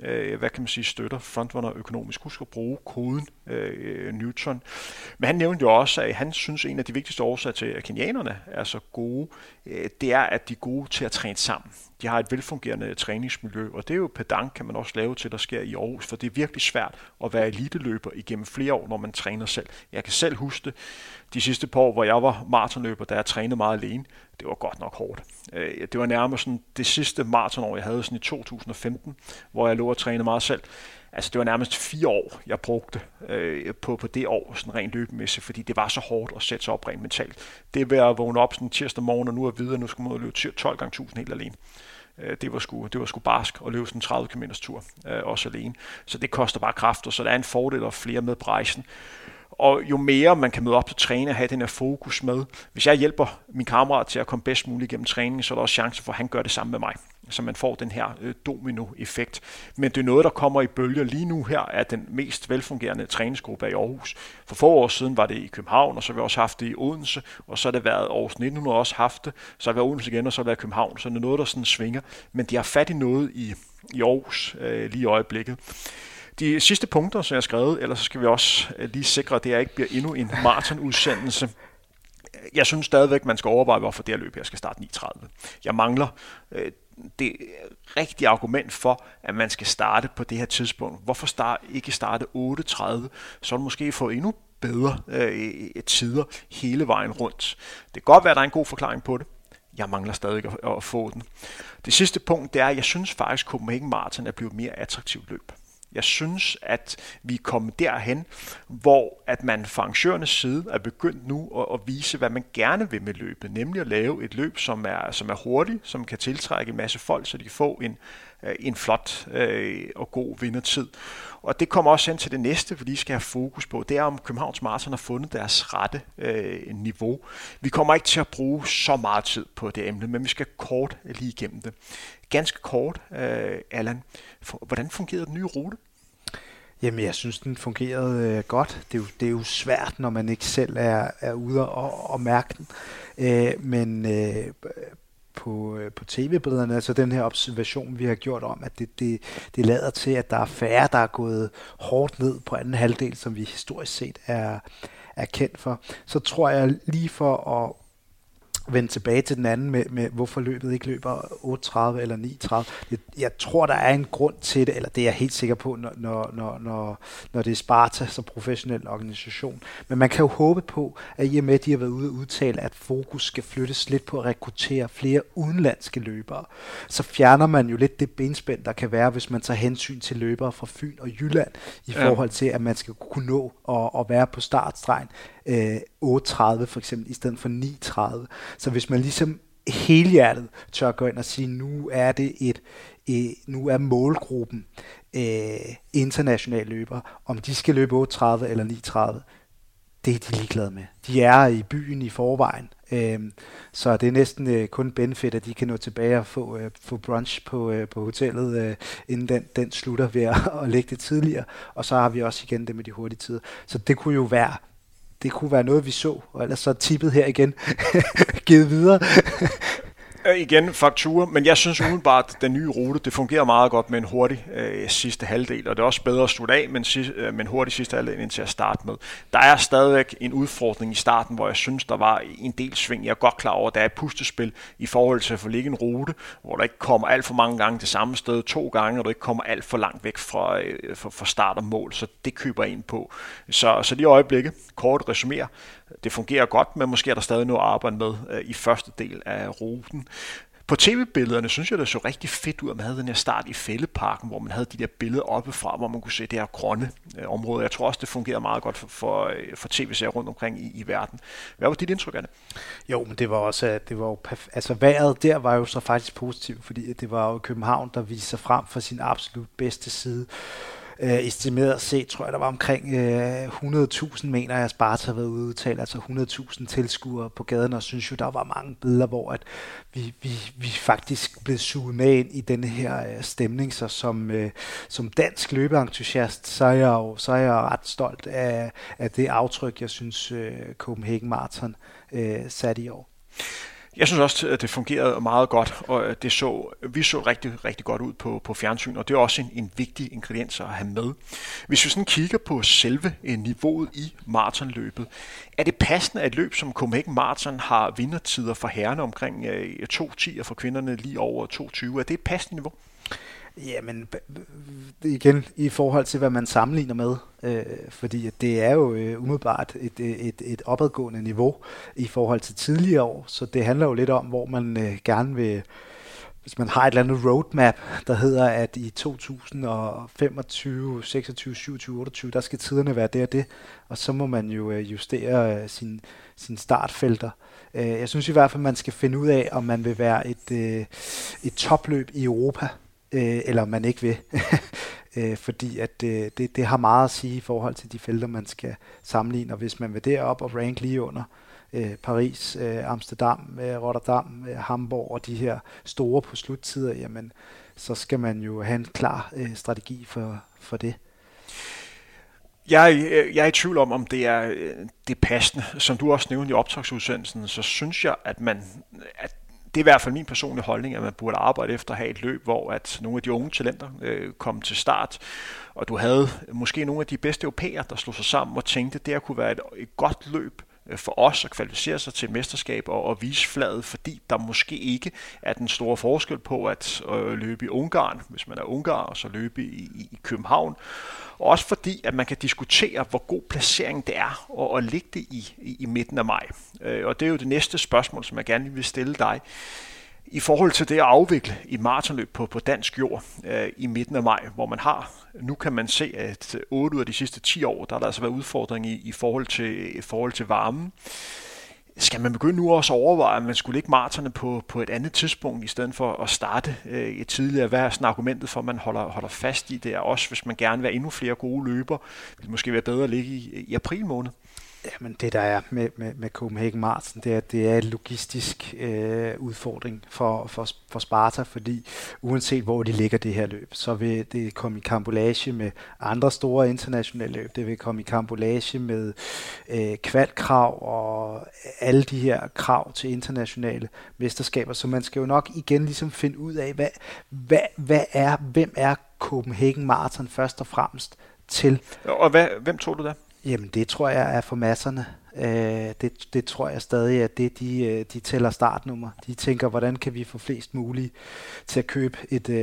støtter frontrunner økonomisk. Husk at bruge koden Newton. Men han nævnte jo også, at han synes, at en af de vigtigste årsager til, at kenianerne er så gode, det er, at de er gode til at træne sammen. De har et velfungerende træningsmiljø, og det er jo pedant, kan man også lave til, der sker i Aarhus, for det er virkelig svært at være eliteløber igennem flere år, når man træner selv. Jeg kan selv huske det, de sidste par år, hvor jeg var maratonløber, da jeg trænede meget alene. Det var godt nok hårdt. Det var nærmest sådan det sidste maratonår, jeg havde sådan i 2015, hvor jeg lå og trænede meget selv. Altså det var nærmest 4 år, jeg brugte på det år, sådan rent løbemæssigt, fordi det var så hårdt at sætte sig op rent mentalt. Det ved at vågne op sådan tirsdag morgen, og nu er videre, nu skal man løbe 12 gange 1000 helt alene. Det var sgu barsk at løbe sådan en 30 km tur, også alene. Så det koster bare kræfter, så der er en fordel at flere med på rejsen. Og jo mere man kan møde op til træning og have den her fokus med, hvis jeg hjælper min kammerat til at komme bedst muligt gennem træningen, så er der også chance for, at han gør det samme med mig. Så man får den her domino-effekt. Men det er noget, der kommer i bølger. Lige nu her er den mest velfungerende træningsgruppe i Aarhus. For få år siden var det i København, og så har vi også haft det i Odense, og så har det været Aarhus 1900 også haft det, så har det været Odense igen, og så har det været København. Så det er noget, der sådan svinger. Men de har fat i noget i Aarhus lige i øjeblikket. De sidste punkter, som jeg har skrevet, ellers så skal vi også lige sikre, at det ikke bliver endnu en maratonudsendelse. Jeg synes stadigvæk, man skal overveje, hvorfor det her løb her skal starte 9:30. Jeg mangler det rigtige argument for, at man skal starte på det her tidspunkt. Hvorfor ikke starte 8:30, så du måske får endnu bedre tider hele vejen rundt. Det kan godt være, at der er en god forklaring på det. Jeg mangler stadig at få den. Det sidste punkt det er, at jeg synes faktisk, at Copenhagen Marathon er blevet et mere attraktivt løb. Jeg synes, at vi er kommet derhen, hvor at man fra arrangørernes side er begyndt nu at vise, hvad man gerne vil med løbet. Nemlig at lave et løb, som er hurtigt, som kan tiltrække en masse folk, så de kan få en flot og god vindertid. Og det kommer også hen til det næste, vi lige skal have fokus på. Det er, om Københavns Marathon har fundet deres rette niveau. Vi kommer ikke til at bruge så meget tid på det emne, men vi skal kort lige igennem det. Ganske kort, Allan. Hvordan fungerede den nye rute? Jamen, jeg synes, den fungerede godt. Det er jo svært, når man ikke selv er ude og mærke den. Men på tv-billederne, altså den her observation, vi har gjort om, at det lader til, at der er færre, der er gået hårdt ned på anden halvdel, som vi historisk set er kendt for. Så tror jeg lige for at vende tilbage til den anden med hvorfor løbet ikke løber 8:30 eller 9:30. Jeg tror, der er en grund til det, eller det er jeg helt sikker på, når det er Sparta, så professionel organisation. Men man kan jo håbe på, at i og med, at de har været ude og udtale, at fokus skal flyttes lidt på at rekruttere flere udenlandske løbere, så fjerner man jo lidt det benspænd, der kan være, hvis man tager hensyn til løbere fra Fyn og Jylland, i forhold til, at man skal kunne nå at være på startstregen 8:30 for eksempel, i stedet for 9:30. Så hvis man ligesom helhjertet tør gå ind og sige, nu er målgruppen internationale løbere, om de skal løbe 8:30 eller 9:30, det er de ligeglade med. De er i byen i forvejen, så det er næsten kun benefit, at de kan nå tilbage og få brunch på hotellet, inden den slutter ved at lægge det tidligere, og så har vi også igen det med de hurtige tider. Så det kunne jo være noget, vi så, og ellers så er tippet her igen givet videre. Igen fakturer, men jeg synes umiddelbart, at den nye rute, det fungerer meget godt med en hurtig sidste halvdel, og det er også bedre at slutte af med en hurtig sidste halvdel end til at starte med. Der er stadigvæk en udfordring i starten, hvor jeg synes, der var en del sving. Jeg er godt klar over, at der er et pustespil i forhold til at få ligge en rute, hvor der ikke kommer alt for mange gange det samme sted 2 gange, og du ikke kommer alt for langt væk fra start og mål, så det køber jeg ind på. Så lige i øjeblikket, kort resumere, det fungerer godt, men måske er der stadig noget at arbejde med i første del af ruten. På tv-billederne synes jeg, det så rigtig fedt ud, at man havde den her start i Fælledparken, hvor man havde de der billeder oppefra, hvor man kunne se det her grønne område. Jeg tror også, det fungerer meget godt for tv-serier rundt omkring i verden. Hvad var dit indtryk af det? Jo, men det var jo altså vejret der var jo så faktisk positivt, fordi det var jo København, der viste sig frem for sin absolut bedste side. estimeret set, tror jeg, der var omkring 100.000, mener jeg, Sparta har været ude udtalt, altså 100.000 tilskuere på gaden, og synes jo, der var mange billeder, hvor at vi faktisk blev suget med ind i denne her stemning, så som dansk løbeentusiast, så er jeg ret stolt af det aftryk, jeg synes Copenhagen Marathon satte i år. Jeg synes også, at det fungerede meget godt, og vi så rigtig, rigtig godt ud på fjernsyn, og det er også en vigtig ingrediens at have med. Hvis vi sådan kigger på selve niveauet i maratonløbet, er det passende, at et løb som Copenhagen Marathon har vindertider for herrerne omkring 2:10 og for kvinderne lige over 2:20? Er det et passende niveau? Jamen, igen i forhold til, hvad man sammenligner med, fordi det er jo umiddelbart et opadgående niveau i forhold til tidligere år, så det handler jo lidt om, hvor man gerne vil, hvis man har et eller andet roadmap, der hedder, at i 2025, 26, 27, 28, der skal tiderne være det og det, og så må man jo justere sin startfelter. Jeg synes i hvert fald, man skal finde ud af, om man vil være et topløb i Europa, eller man ikke vil, fordi at det har meget at sige i forhold til de felter, man skal sammenligne, og hvis man vil derop og rank lige under Paris, Amsterdam, Rotterdam, Hamburg og de her store på sluttider, jamen, så skal man jo have en klar strategi for det. Jeg er i tvivl om det er det passende. Som du også nævnte i optagsudsendelsen, så synes jeg, at det er i hvert fald min personlige holdning, at man burde arbejde efter at have et løb, hvor at nogle af de unge talenter kom til start, og du havde måske nogle af de bedste europæere, der slog sig sammen og tænkte, at det kunne være et godt løb for os at kvalificere sig til et mesterskab og vise flaget, fordi der måske ikke er den store forskel på at løbe i Ungarn, hvis man er ungar, og så løbe i København. Og også fordi, at man kan diskutere, hvor god placering det er at ligge det i midten af maj. Og det er jo det næste spørgsmål, som jeg gerne vil stille dig. I forhold til det at afvikle et maratonløb på dansk jord i midten af maj, hvor man nu kan man se, at 8 ud af de sidste 10 år, der har der altså været udfordring i forhold til varmen. Skal man begynde nu også at overveje, at man skulle lægge maratonerne på et andet tidspunkt, i stedet for at starte et tidligere? Hvad er sådan argumentet for, at man holder fast i det? Også hvis man gerne vil have endnu flere gode løber, vil det måske være bedre at ligge i april måned? Jamen det der er med Copenhagen Marathon, det er en logistisk udfordring for Sparta, fordi uanset hvor de ligger det her løb, så vil det komme i karambolage med andre store internationale løb. Det vil komme i karambolage med kvalkrav og alle de her krav til internationale mesterskaber. Så man skal jo nok igen ligesom finde ud af, hvem er Copenhagen Marathon først og fremmest til. Og hvem tror du der? Jamen det tror jeg er for masserne. Det tror jeg stadig er det, de tæller startnummer. De tænker, hvordan kan vi få flest mulige til at købe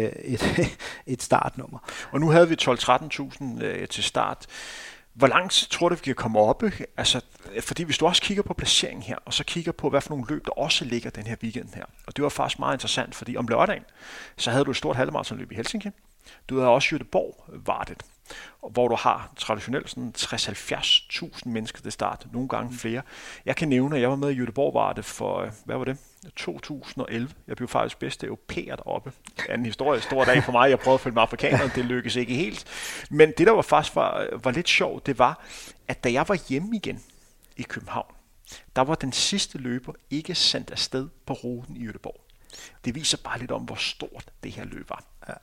et startnummer. Og nu havde vi 12-13.000 til start. Hvor langt tror du, vi kan komme op? Altså, fordi hvis du også kigger på placeringen her, og så kigger på, hvad for nogle løb, der også ligger den her weekend her. Og det var faktisk meget interessant, fordi om lørdagen, så havde du et stort halvmaratonløb i Helsinki. Du havde også Göteborg Vardet, hvor du har traditionelt sådan 60-70.000 mennesker til start, nogle gange flere. Jeg kan nævne, at jeg var med i Göteborg Vardet for, 2011. Jeg blev faktisk bedste europæer deroppe. Anden historie, stor dag for mig. Jeg prøvede at følge med afrikanerne, det lykkedes ikke helt. Men det, der var lidt sjovt, det var, at da jeg var hjemme igen i København, der var den sidste løber ikke sendt afsted på ruten i Göteborg. Det viser bare lidt om, hvor stort det her løb var. Ja.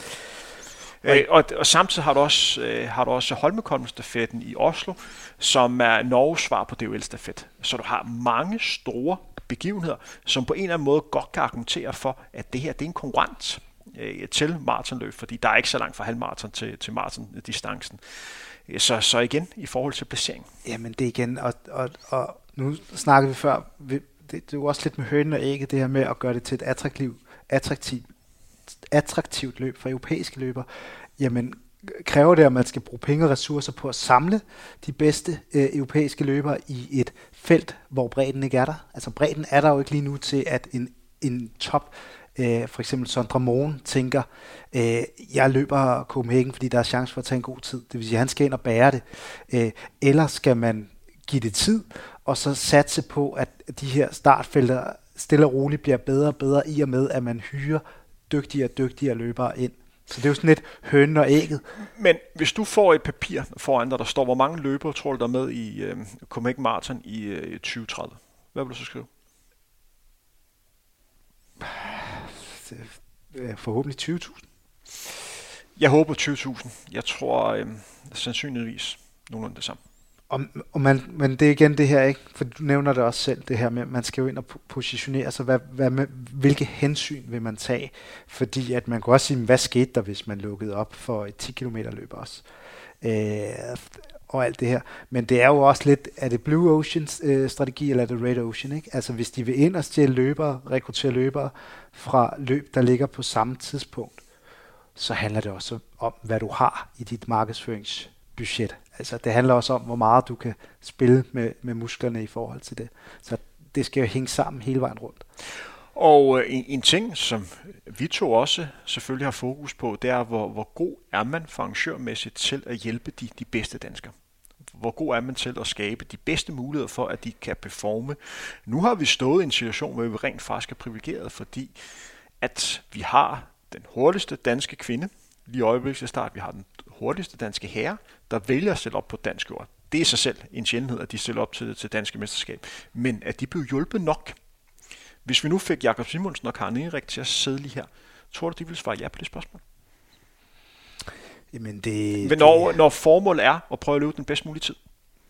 Og samtidig har du også Holmenkollen-stafetten i Oslo, som er Norges svar på DHL-stafet. Så du har mange store begivenheder, som på en eller anden måde godt kan argumentere for, at det her det er en konkurrent til maratonløb, fordi der er ikke så langt fra halvmaraton til maratondistancen. Så igen, i forhold til placering. Jamen det igen, og nu snakkede vi før, det er jo også lidt med hønen og ægget, det her med at gøre det til et attraktivt løb for europæiske løbere, jamen kræver det, at man skal bruge penge og ressourcer på at samle de bedste europæiske løbere i et felt, hvor bredden ikke er der. Altså bredden er der jo ikke lige nu til, at en top, for eksempel Sondre Moen, tænker, jeg løber Copenhagen, fordi der er chance for at tage en god tid. Det vil sige, at han skal ind og bære det. Eller skal man give det tid, og så satse på, at de her startfelter stille og roligt bliver bedre og bedre, i og med, at man hyrer dygtigere løbere ind. Så det er jo sådan lidt hønen og ægget. Men hvis du får et papir foran dig, der står, hvor mange løbere tror du, der er med i Copenhagen Marathon i 2030, hvad vil du så skrive? Forhåbentlig 20.000. Jeg håber 20.000. Jeg tror sandsynligvis nogenlunde det samme. Men det er igen det her, ikke? For du nævner det også selv, det her med, at man skal jo ind og positionere sig. Hvilke hensyn vil man tage? Fordi at man kan også sige, hvad skete der, hvis man lukkede op for et 10 km løb også? Og alt det her. Men det er jo også lidt, er det Blue Ocean strategi, eller er det Red Ocean, ikke? Altså hvis de vil ind og stjæle løbere, rekruttere løbere fra løb, der ligger på samme tidspunkt, så handler det også om, hvad du har i dit markedsføringsbudget. Altså det handler også om, hvor meget du kan spille med musklerne i forhold til det. Så det skal jo hænge sammen hele vejen rundt. Og en ting, som vi to også selvfølgelig har fokus på, det er, hvor god er man for arrangørmæssigt til at hjælpe de bedste danskere. Hvor god er man til at skabe de bedste muligheder for, at de kan performe. Nu har vi stået i en situation, hvor vi rent faktisk er privilegeret, fordi at vi har den hurtigste danske kvinde, lige i øjeblikket start, vi har den hurtigste danske herre, der vælger at stille op på dansk jord. Det er i sig selv en sjældenhed, at de stiller op til danske mesterskab. Men at de blev hjulpet nok. Hvis vi nu fik Jakob Simonsen og Karen Erik til at sidde lige her, tror du, de ville svare ja på det spørgsmål? Jamen når formålet er at prøve at løbe den bedst mulige tid?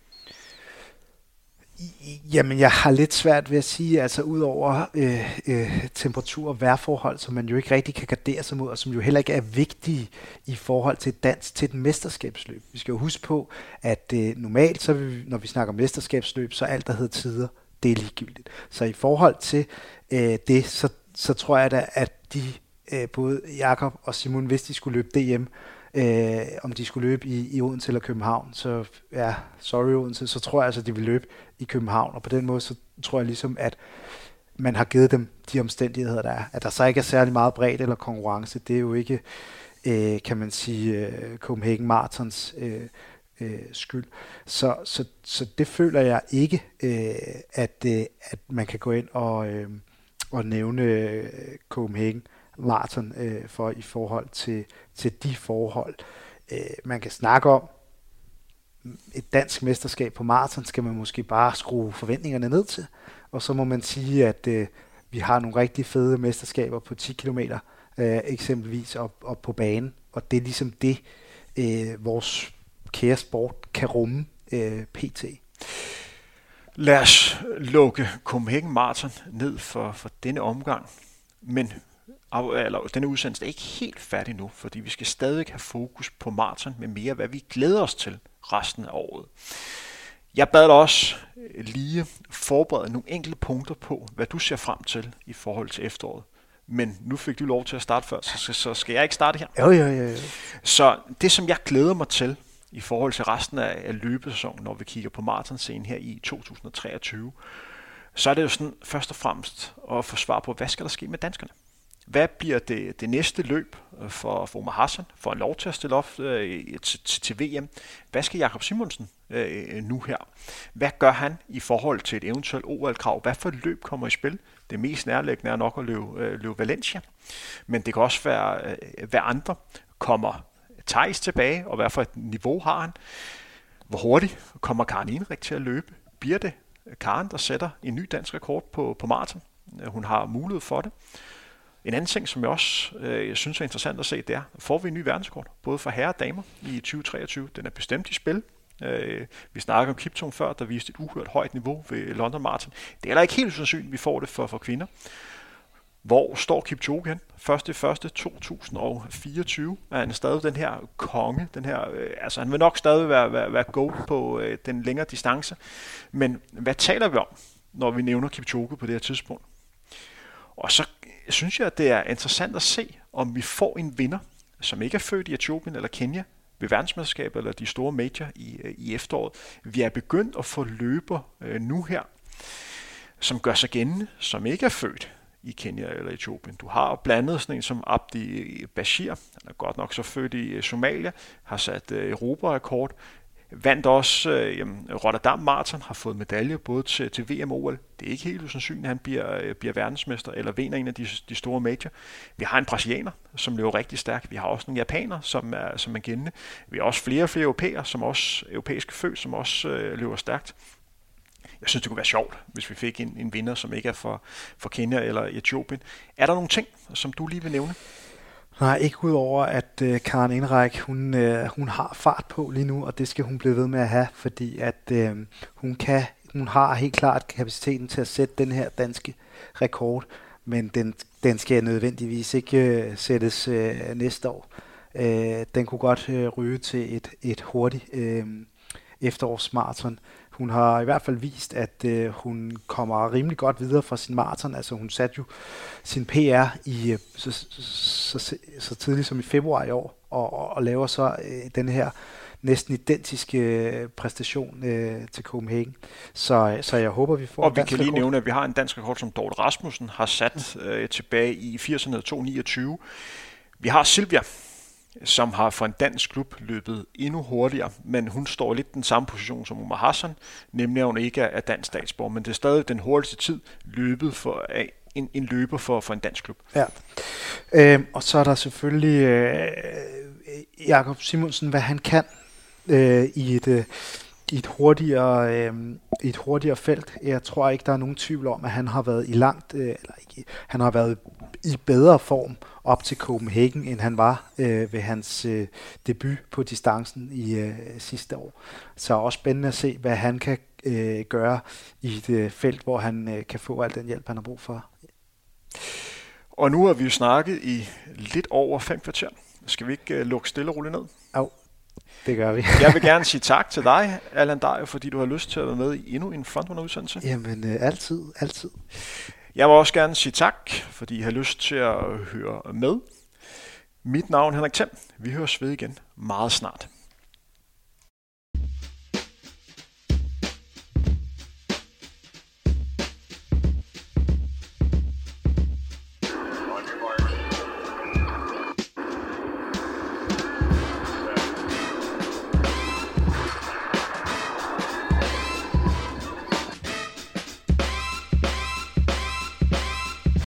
Jamen, jeg har lidt svært ved at sige, altså ud over temperatur og vejrforhold, som man jo ikke rigtig kan gardere sig mod, og som jo heller ikke er vigtige i forhold til et mesterskabsløb. Vi skal jo huske på, at normalt, så når vi snakker mesterskabsløb, så alt, der hedder tider, det er ligegyldigt. Så i forhold til det, så tror jeg da, at de, både Jakob og Simon, hvis de skulle løbe DM, om de skulle løbe i Odense eller København, så Odense, så tror jeg altså, de vil løbe i København, og på den måde, så tror jeg ligesom, at man har givet dem de omstændigheder, der er. At der så ikke er særlig meget bredt eller konkurrence, det er jo ikke, kan man sige, Copenhagen Marathons skyld. Så det føler jeg ikke, at man kan gå ind og nævne Copenhagen Marathon for i forhold til de forhold. Man kan snakke om et dansk mesterskab på maraton, skal man måske bare skrue forventningerne ned til, og så må man sige, at vi har nogle rigtig fede mesterskaber på 10 km eksempelvis op på banen, og det er ligesom det, vores kære sport kan rumme pt. Lad os lukke Copenhagen Marathon ned for denne omgang, men denne udsendelse er ikke helt færdig nu, fordi vi skal stadig have fokus på maraton med mere, hvad vi glæder os til resten af året. Jeg bad dig også lige forberede nogle enkelte punkter på, hvad du ser frem til i forhold til efteråret. Men nu fik du lov til at starte før, så skal jeg ikke starte her? Jo. Så det, som jeg glæder mig til i forhold til resten af løbesæsonen, når vi kigger på maratonscenen her i 2023, så er det jo sådan først og fremmest at få svar på, hvad skal der ske med danskerne? Hvad bliver det næste løb for Omar Hassan, for en lov til at stille op til VM? Hvad skal Jakob Simonsen nu her? Hvad gør han i forhold til et eventuelt OL-krav? Hvad for et løb kommer i spil? Det mest nærliggende er nok at løbe Valencia. Men det kan også være, hvad andre kommer Theis tilbage, og hvad for et niveau har han? Hvor hurtigt kommer Karen Erik til at løbe? Bliver det Karen, der sætter en ny dansk rekord på maraton? Hun har mulighed for det. En anden ting, som jeg også synes er interessant at se, det er, får vi en ny verdensrekord, både for herrer og damer i 2023. Den er bestemt i spil. Vi snakker om Kiptum før, der viste et uhørt højt niveau ved London Marathon. Det er heller ikke helt sandsynligt, vi får det for kvinder. Hvor står Kipchoge hen? 1.1.2024 er han stadig den her konge. Altså han vil nok stadig være goat på den længere distance. Men hvad taler vi om, når vi nævner Kipchoge på det her tidspunkt? Og så synes jeg, at det er interessant at se, om vi får en vinder, som ikke er født i Etiopien eller Kenya, ved verdensmesterskabet eller de store major i efteråret. Vi er begyndt at få løber nu her, som gør sig gældende, som ikke er født i Kenya eller Etiopien. Du har blandet sådan en som Abdi Bashir, han er godt nok så født i Somalia, har sat Europa-rekord. Vandt også Rotterdam Marathon, har fået medalje både til VM og OL. Det er ikke helt usandsynligt, at han bliver verdensmester eller vinder en af de store major. Vi har en brasilianer, som løber rigtig stærkt. Vi har også nogle japanere, som er gældende. Vi har også flere europæere, som også europæiske født, som også løber stærkt. Jeg synes, det kunne være sjovt, hvis vi fik en vinder, som ikke er for Kenya eller Etiopien. Er der nogle ting, som du lige vil nævne? Nej, ikke udover, at Karen Ingereik, hun har fart på lige nu, og det skal hun blive ved med at have, fordi at hun har helt klart kapaciteten til at sætte den her danske rekord, men den skal nødvendigvis ikke sættes næste år. Den kunne godt ryge til et hurtigt efterårsmarathon. Hun har i hvert fald vist, at hun kommer rimelig godt videre fra sin maraton. Altså hun satte jo sin PR i så tidligt som i februar i år, og laver så den her næsten identiske præstation til Copenhagen. Så jeg håber, vi får og vi kan lige nævne, at vi har en dansk rekord, som Dorte Rasmussen har sat tilbage i 80'erne 2:29. Vi har Silvia, som har for en dansk klub løbet endnu hurtigere, men hun står lidt den samme position som Umar Hassan, nemlig at hun ikke er dansk statsborger, men det er stadig den hurtigste tid løbet for en løber for en dansk klub. Ja. Og så er der selvfølgelig Jakob Simonsen, hvad han kan i et hurtigere felt. Jeg tror ikke, der er nogen tvivl om, at han har været han har været i bedre form op til Copenhagen, end han var ved hans debut på distancen i sidste år. Så også spændende at se, hvad han kan gøre i et felt, hvor han kan få al den hjælp, han har brug for. Og nu har vi jo snakket i lidt over 5 kvarter. Skal vi ikke lukke stille og roligt ned? Jo, det gør vi. Jeg vil gerne sige tak til dig, Allan Dejer, fordi du har lyst til at være med i endnu en Frontrunner-udsendelse. Jamen, altid. Jeg vil også gerne sige tak, fordi I har lyst til at høre med. Mit navn er Henrik Thiem. Vi høres ved igen meget snart.